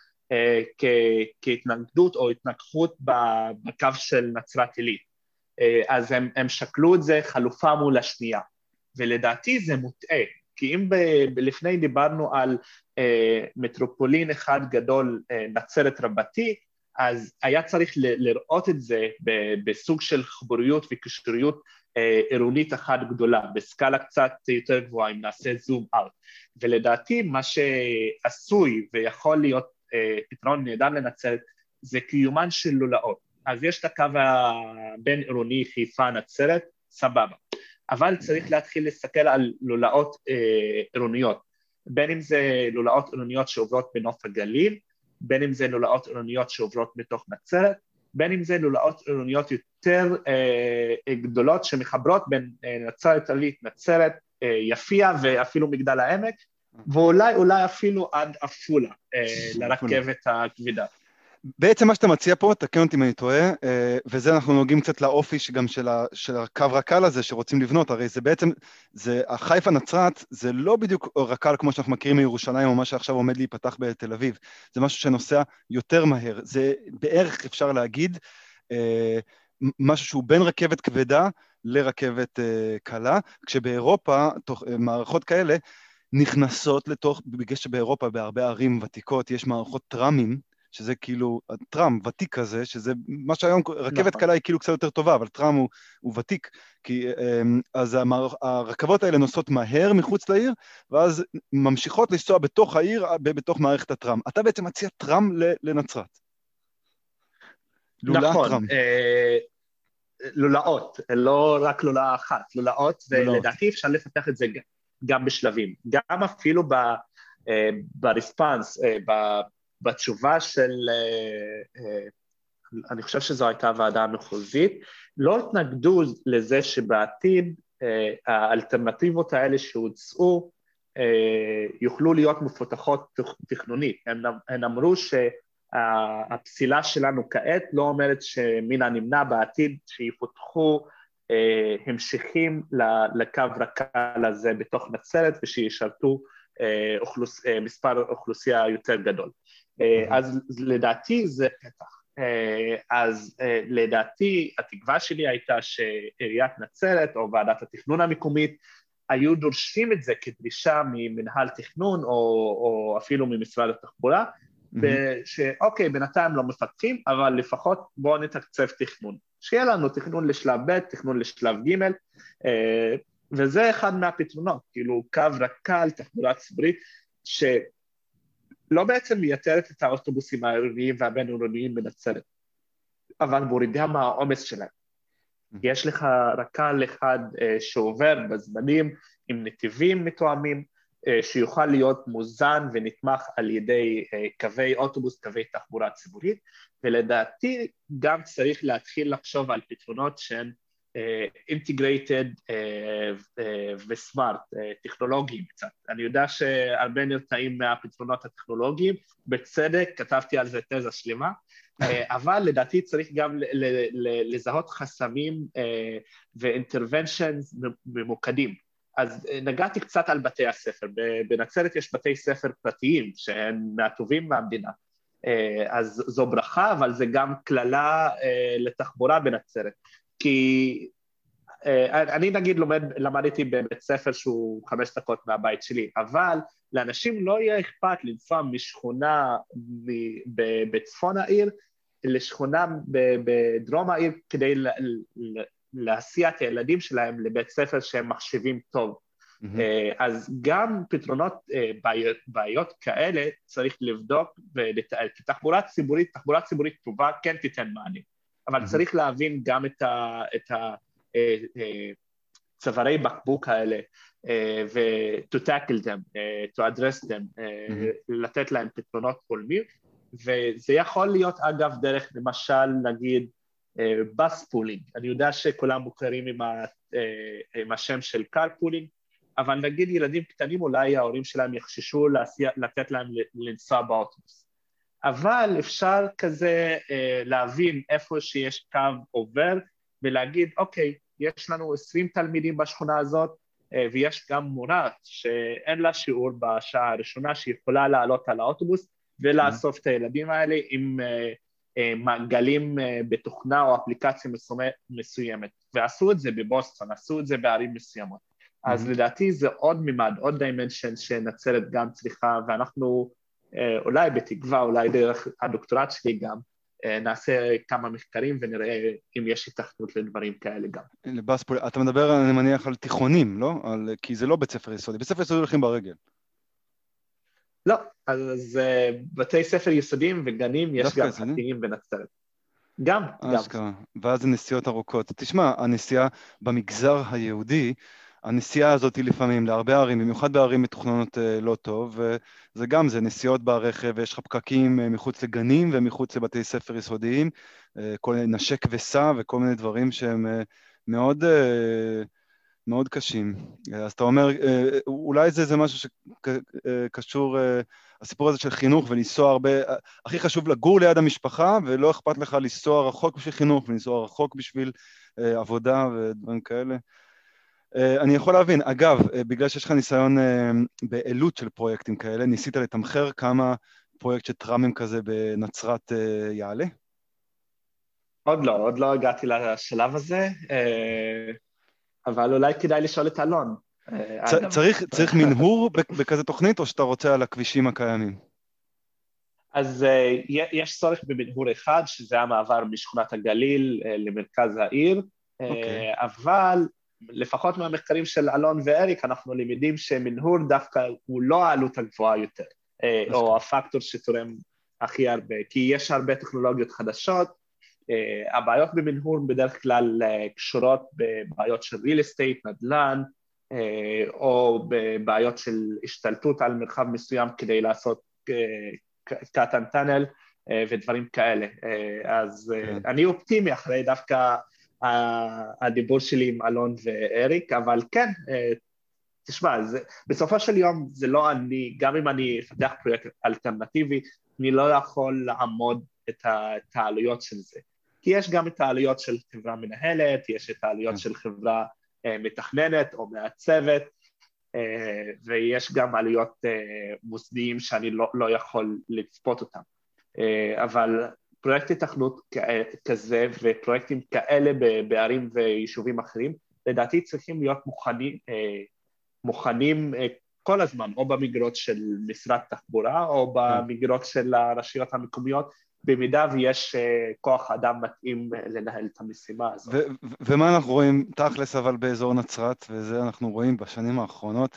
כהתנגדות או התנגחות בקו של נצרת עילית, אז הם, הם שקלו את זה חלופה מול השנייה, ולדעתי זה מוטעה, כי אם ב- לפני דיברנו על מטרופולין אחד גדול נצרת רבתי, אז היה צריך ל- לראות את זה בסוג של חיבוריות וקישוריות עירונית אחת גדולה, בסקאלה קצת יותר גבוהה, אם נעשה זום אאוט, ולדעתי מה שעשוי ויכול להיות פתרון נהדר לנצרת, זה קיומן של לולאות, אז יש את הקו הבין עירוני חיפה נצרת, סבבה, אבל צריך להתחיל להסתכל על לולאות עירוניות, בין אם זה לולאות עירוניות שעוברות בנוף הגליל, בין אם זה לולאות עירוניות שעוברות בתוך נצרת, בין אם זה לולאות עירוניות יותר אה, גדולות שמחברות בין אה, נצרת עילית, נצרת, אה, יפיע ואפילו מגדל העמק, ואולי אולי אפילו עד עפולה אה, לרכבת הכבדה. בעצם מה שאתה מציע פה, תקן אותי אם אני טועה, וזה אנחנו נוגעים קצת לאופי גם של, ה, של הקו רק"ל הזה שרוצים לבנות, הרי זה בעצם, זה, החיפה נצרת, זה לא בדיוק רק"ל כמו שאנחנו מכירים מירושלים, או מה שעכשיו עומד להיפתח בתל אביב, זה משהו שנוסע יותר מהר, זה בערך אפשר להגיד, משהו שהוא בין רכבת כבדה לרכבת קלה, כשבאירופה, תוך, מערכות כאלה, נכנסות לתוך, בגלל שבאירופה, בהרבה ערים ותיקות, יש מערכות טראמים, שזה כאילו, טראם ותיק כזה, שזה מה שהיום, רכבת נכון. קלה היא כאילו קצת יותר טובה, אבל טראם הוא, הוא ותיק, כי, אז המערכ, הרכבות האלה נוסעות מהר מחוץ לעיר, ואז ממשיכות לנסוע בתוך העיר, בתוך מערכת הטראם. אתה בעצם מציע טראם לנצרת. לולאה נכון, טראם. אה, לולאות, לא רק לולאה אחת, לולאות, ולדעתי אפשר לפתח את זה גם, גם בשלבים, גם אפילו ב, אה, ברספנס, אה, ב, בתשובה של, אה, אה, אני חושב שזו הייתה ועדה המחוזית, לא התנגדו לזה שבעתיד אה, האלטרנטיבות האלה שהוצאו אה, יוכלו להיות מפותחות תכנונית, הם, הם אמרו ש... הפסילה שלנו כעת לא אומרת שמן הנמנע בעתיד שיפותחו אה, המשכים לקו רק"ל הזה בתוך נצרת ושישרתו אה, אוכלוס, אה, מספר אוכלוסייה יותר גדול. אה, אז לדעתי זה פתח. אה, אז אה, לדעתי התקווה שלי הייתה שעיריית נצרת או ועדת התכנון המקומית היו דורשים את זה כדרישה ממנהל תכנון או, או אפילו ממשרד התחבורה, שאוקיי, בינתיים לא מפתחים, אבל לפחות בואו נתקצב תכנון. שיהיה לנו תכנון לשלב ב', תכנון לשלב ג', וזה אחד מהפתרונות, כאילו קו רק"ל, תחבורה ציבורית, שלא בעצם מייתרת את האוטובוסים העירוניים והבין-עירוניים בנצרת, אבל מורידה מהעומס שלהם. יש לך רק"ל אחד שעובר בזמנים עם נתיבים מתואמים, שיוכל להיות מוזן ונתמך על ידי קווי אוטובוס, קווי תחבורה ציבורית, ולדעתי גם צריך להתחיל לחשוב על פתרונות שהן integrated וסמארט, טכנולוגיים קצת. אני יודע שהרבה נרתעים מהפתרונות הטכנולוגיים, בצדק כתבתי על זה תזה שלמה, אבל לדעתי צריך גם לזהות חסמים ו-interventions ממוקדים. אז נגעתי קצת על בתי הספר, בנצרת יש בתי ספר פרטיים שהם מהטובים מהמדינה, אז זו ברכה, אבל זה גם כללה לתחבורה בנצרת, כי אני נגיד לומד, למדתי בבית ספר שהוא חמש דקות מהבית שלי, אבל לאנשים לא יהיה אכפת לנסוע משכונה בצפון העיר, לשכונה בדרום העיר כדי להסיע את הילדים שלהם לבית ספר שהם מחשבים טוב. Mm-hmm. אז גם פתרונות בעיות, בעיות כאלה צריך לבדוק ולתאר, כי תחבורה ציבורית, תחבורה ציבורית טובה כן תיתן מענה, אבל mm-hmm. צריך להבין גם את ה, את ה, צווארי בקבוק האלה, ו- to tackle them, to address them, mm-hmm. לתת להם פתרונות הולמים, וזה יכול להיות אגב דרך למשל נגיד, בס פולינג, אני יודע שכולם מוכרים עם, ה, עם השם של קאר פולינג, אבל נגיד ילדים קטנים אולי ההורים שלהם יחששו להסיע, לתת להם לנסוע באוטובוס, אבל אפשר כזה להבין איפה שיש קו עובר ולהגיד אוקיי, יש לנו עשרים תלמידים בשכונה הזאת ויש גם מורה שאין לה שיעור בשעה הראשונה שיכולה לעלות על האוטובוס ולאסוף את הילדים האלה עם מעגלים בתוכנה או אפליקציה מסוימת, ועשו את זה בבוסטון, עשו את זה בערים מסוימות. אז לדעתי זה עוד מימד, עוד דיימנשן שנצרת גם צריכה, ואנחנו אולי בתקווה, אולי דרך הדוקטורט שלי גם, נעשה כמה מחקרים ונראה אם יש התכנות לדברים כאלה גם. לבספול, אתה מדבר, אני מניח, על תיכונים, לא? על, כי זה לא בית ספר יסודי, בית ספר יסודי הולכים ברגל. לא, אז בתי ספר יסודיים וגנים יש גם חתיים בנצרת. גם, גם. ואז הנסיעות ארוכות. תשמע, הנסיעה במגזר היהודי, הנסיעה הזאת היא לפעמים להרבה ערים, במיוחד בערים מתוכננות לא טוב, וזה גם, זה נסיעות ברכב, ויש לך פקקים מחוץ לגנים ומחוץ לבתי ספר יסודיים, כל מיני נשק וסע וכל מיני דברים שהם מאוד... מאוד קשים. אז אתה אומר, אולי זה, זה משהו שקשור, הסיפור הזה של חינוך ולנסוע הרבה, הכי חשוב לגור ליד המשפחה, ולא אכפת לך לנסוע רחוק בשביל חינוך, ולנסוע רחוק בשביל אה, עבודה ודברים כאלה. אה, אני יכול להבין, אגב, אה, בגלל שיש לך ניסיון אה, בעלות של פרויקטים כאלה, ניסית לתמחר כמה פרויקט של טראמים כזה בנצרת אה, יעלה? עוד לא, עוד לא הגעתי לשלב הזה, אה, אבל אולי כדאי לשאול את אלון. צ- צריך, צריך מנהור בכזה תוכנית, או שאתה רוצה על הכבישים הקיימים? אז uh, יש צורך במנהור אחד, שזה המעבר משכונת הגליל uh, למרכז העיר, okay. uh, אבל לפחות מהמחקרים של אלון ואריק, אנחנו למדים שמנהור דווקא הוא לא העלות הגבוהה יותר, uh, או הפקטור שתורם הכי הרבה, כי יש הרבה טכנולוגיות חדשות, uh, הבעיות במנהור בדרך כלל uh, קשורות בבעיות של real estate, נדל"ן, uh, או בבעיות של השתלטות על מרחב מסוים כדי לעשות uh, קטן טאנל ודברים כאלה. אז אני אופטימי אחרי דווקא הדיבור שלי עם אלון ואריק, אבל כן, תשמע, בסופו של יום זה לא אני, גם אם אני אפתח פרויקט אלטרנטיבי, אני לא יכול לעמוד את העלויות של זה. כי יש גם את העלויות של חברה מנהלת, יש את העלויות של חברה מתכננת או מעצבת, Uh, ויש גם עלויות uh, מוסדיים שאני לא, לא יכול לצפות אותם. Uh, אבל פרויקט התכנות כזה ופרויקטים כאלה בערים ויישובים אחרים, לדעתי צריכים להיות מוכנים, uh, מוכנים uh, כל הזמן, או במגרות של משרד תחבורה, או במגרות של הרשויות המקומיות, במידה ויש uh, כוח אדם מתאים לנהל את המשימה הזאת. ו- ו- ומה אנחנו רואים תכלס אבל באזור נצרת, וזה אנחנו רואים בשנים האחרונות,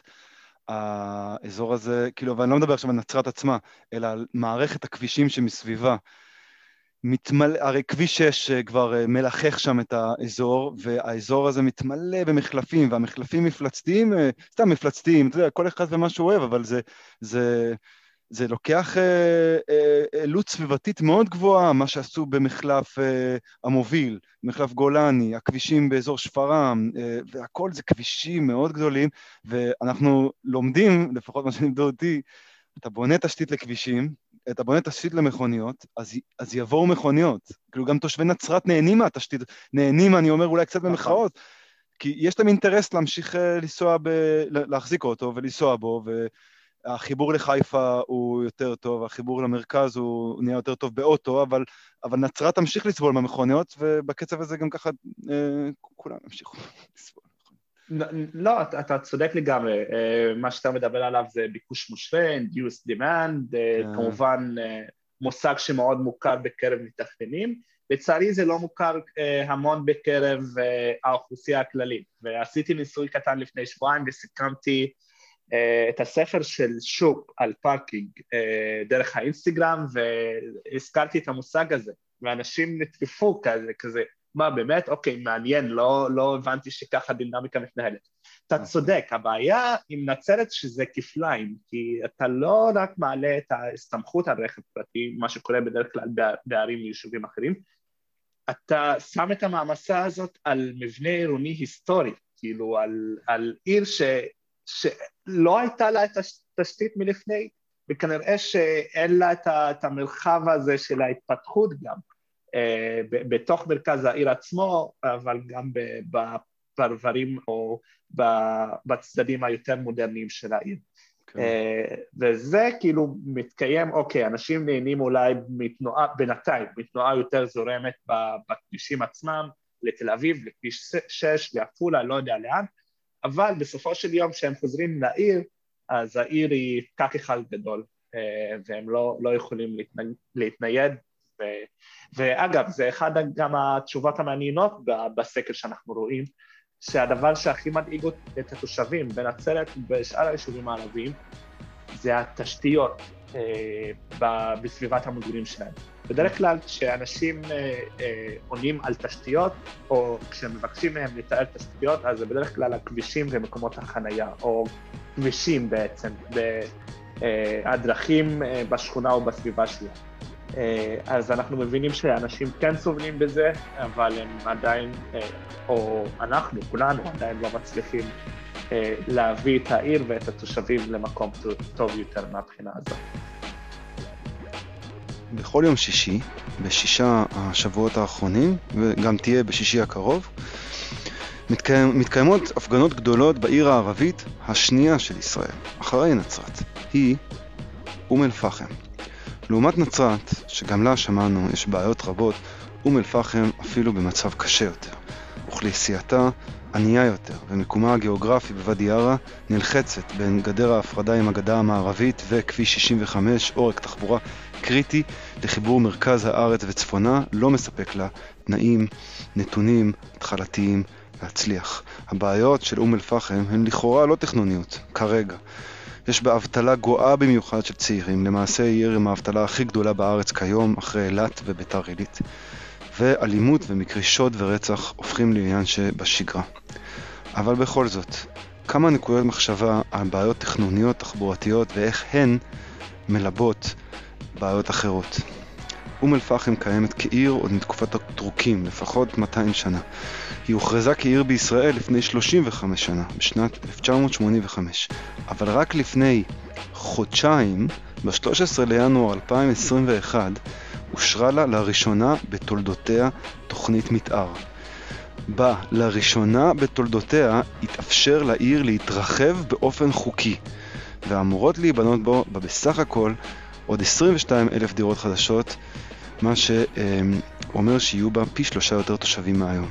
האזור הזה, כאילו, ואני לא מדבר עכשיו על נצרת עצמה, אלא על מערכת הכבישים שמסביבה, מתמלא, הרי כביש שש כבר מלחך שם את האזור, והאזור הזה מתמלא במחלפים, והמחלפים מפלצתיים, סתם מפלצתיים, אתה יודע, כל אחד ומה שהוא אוהב, אבל זה, זה, זה לוקח עלות סביבתית מאוד גבוהה, מה שעשו במחלף אה, המוביל, מחלף גולני, הכבישים באזור שפרעם, אה, והכל זה כבישים מאוד גדולים, ואנחנו לומדים, לפחות מה שלימדו אותי, אתה בונה תשתית לכבישים, אתה בונה תשתית למכוניות, אז, אז יבואו מכוניות, כאילו גם תושבי נצרת נהנים מהתשתית, נהנים, אני אומר אולי קצת במחאות, כי יש להם אינטרס להמשיך לנסוע, ב, להחזיק אותו ולנסוע בו, ו... החיבור לחיפה הוא יותר טוב, החיבור למרכז הוא נהיה יותר טוב באוטו, אבל, אבל נצרת תמשיך לסבול מהמכוניות, ובקצב הזה גם ככה אה, כולם ימשיכו לסבול. לא, אתה, אתה צודק לגמרי, מה שאתה מדבר עליו זה ביקוש מושווה, induced demand, yeah. כמובן מושג שמאוד מוכר בקרב מתכננים, לצערי זה לא מוכר המון בקרב האוכלוסייה הכללית, ועשיתי ניסוי קטן לפני שבועיים וסיכמתי את הספר של שוק על פארקינג דרך האינסטגרם, והזכרתי את המושג הזה, ואנשים נטפפו כזה, כזה, מה באמת? אוקיי, מעניין, לא, לא הבנתי שככה דינמיקה מתנהלת. אתה צודק, הבעיה עם נצרת שזה כפליים, כי אתה לא רק מעלה את ההסתמכות על רכב פרטי, מה שקורה בדרך כלל בערים ויישובים אחרים, אתה שם את המעמסה הזאת על מבנה עירוני היסטורי, כאילו על, על עיר ש... שלא הייתה לה את התשתית מלפני, וכנראה שאין לה את המרחב הזה של ההתפתחות גם, בתוך מרכז העיר עצמו, אבל גם בפרברים או בצדדים היותר מודרניים של העיר. Okay. וזה כאילו מתקיים, אוקיי, אנשים נהנים אולי מתנועה, בינתיים, מתנועה יותר זורמת בכבישים עצמם, לתל אביב, לכביש שש, לעפולה, לא יודע לאן, אבל בסופו של יום שהם חוזרים לעיר, אז העיר היא פקק אחד גדול, והם לא, לא יכולים להתנייד, ו, ואגב, זה אחד גם התשובות המעניינות בסקר שאנחנו רואים, שהדבר שהכי מדאיג את התושבים בנצרת ובשאר היישובים הערביים, זה התשתיות בסביבת המגורים שלהם. בדרך כלל כשאנשים עונים על תשתיות, או כשמבקשים מהם לתאר תשתיות, אז זה בדרך כלל הכבישים ומקומות החנייה, או כבישים בעצם, הדרכים בשכונה או בסביבה שלהם. אז אנחנו מבינים שאנשים כן סובלים בזה, אבל הם עדיין, או אנחנו, כולנו עדיין לא מצליחים להביא את העיר ואת התושבים למקום טוב יותר מהבחינה הזאת. בכל יום שישי, בשישה השבועות האחרונים, וגם תהיה בשישי הקרוב, מתקיים, מתקיימות הפגנות גדולות בעיר הערבית השנייה של ישראל, אחרי נצרת. היא אום אל-פחם. לעומת נצרת, שגם לה שמענו יש בעיות רבות, אום אל-פחם אפילו במצב קשה יותר. אוכלוסייתה ענייה יותר, ומקומה הגיאוגרפי בוואדי ערה נלחצת בין גדר ההפרדה עם הגדה המערבית וכביש שישים וחמש, עורק תחבורה קריטי לחיבור מרכז הארץ וצפונה, לא מספק לה תנאים, נתונים, התחלתיים להצליח. הבעיות של אום אל-פחם הן לכאורה לא תכנוניות, כרגע. יש בה אבטלה גואה במיוחד של צעירים, למעשה עיר עם האבטלה הכי גדולה בארץ כיום, אחרי אילת וביתר עילית. ואלימות ומקרי שוד ורצח הופכים לעניין שבשגרה. אבל בכל זאת, כמה נקודות מחשבה על בעיות תכנוניות, תחבורתיות, ואיך הן מלבות בעיות אחרות. אום אל-פחם קיימת כעיר עוד מתקופת הטורקים, לפחות מאתיים שנה. היא הוכרזה כעיר בישראל לפני שלושים וחמש שנה, בשנת אלף תשע מאות שמונים וחמש. אבל רק לפני חודשיים, ב-שלושה עשר לינואר אלפיים עשרים ואחת, אושרה לה לראשונה בתולדותיה תוכנית מתאר. בה לראשונה בתולדותיה התאפשר לעיר להתרחב באופן חוקי, ואמורות להיבנות בו בסך הכל עוד עשרים ושתיים אלף דירות חדשות, מה שאומר שיהיו בה פי שלושה יותר תושבים מהיום.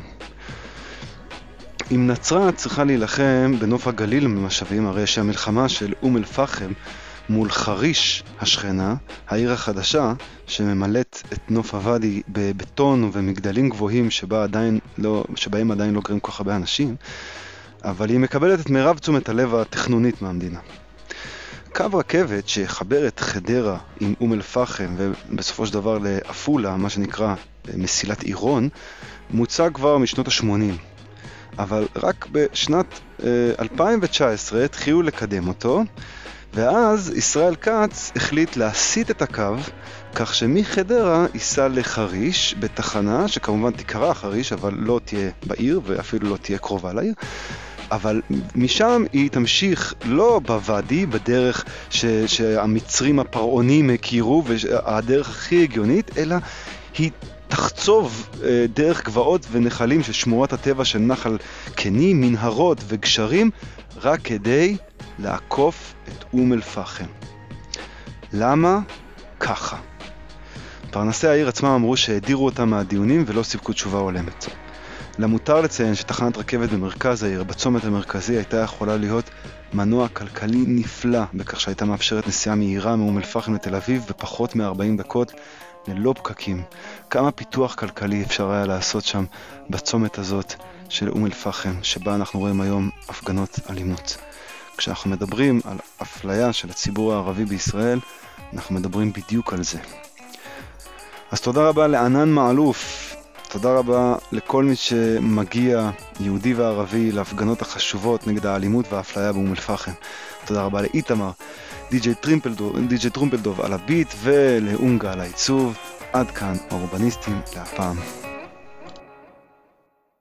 אם נצרת צריכה להילחם בנוף הגליל ממשאבים, הרי שהמלחמה של אום אל-פחם מול חריש השכנה, העיר החדשה שממלאת את נוף הוואדי בבטון ובמגדלים גבוהים שבה עדיין לא, שבהם עדיין לא גרים כל כך הרבה אנשים, אבל היא מקבלת את מירב תשומת הלב הטכנונית מהמדינה. קו רכבת שיחבר את חדרה עם אום אל-פחם ובסופו של דבר לאפולה, מה שנקרא מסילת עירון, מוצע כבר משנות ה-שמונים. אבל רק בשנת אלפיים תשע עשרה התחילו לקדם אותו, ואז ישראל כץ החליט להסיט את הקו, כך שמחדרה ייסע לחריש בתחנה שכמובן תיקרא חריש, אבל לא תהיה בעיר ואפילו לא תהיה קרובה לעיר. אבל משם היא תמשיך לא בוואדי, בדרך ש- שהמצרים הפרעונים הכירו, והדרך הכי הגיונית, אלא היא תחצוב דרך גבעות ונחלים של שמורת הטבע של נחל קני, מנהרות וגשרים, רק כדי לעקוף את אום אל-פחם. למה? ככה. פרנסי העיר עצמם אמרו שהדירו אותם מהדיונים ולא סיפקו תשובה הולמת. למותר לציין שתחנת רכבת במרכז העיר, בצומת המרכזי, הייתה יכולה להיות מנוע כלכלי נפלא, בכך שהייתה מאפשרת נסיעה מהירה מאום אל-פחם לתל אביב בפחות מ-ארבעים דקות ללא פקקים. כמה פיתוח כלכלי אפשר היה לעשות שם בצומת הזאת של אום אל-פחם, שבה אנחנו רואים היום הפגנות אלימות. כשאנחנו מדברים על אפליה של הציבור הערבי בישראל, אנחנו מדברים בדיוק על זה. אז תודה רבה לענן מעלוף, תודה רבה לכל מי שמגיע, יהודי וערבי, להפגנות החשובות נגד האלימות והאפליה באום אל-פחם. תודה רבה לאיתמר, די-ג'יי טרומפלדוב, די-ג'יי טרומפלדוב על הביט, ולאונגה על העיצוב. עד כאן האורבניסטים להפעם.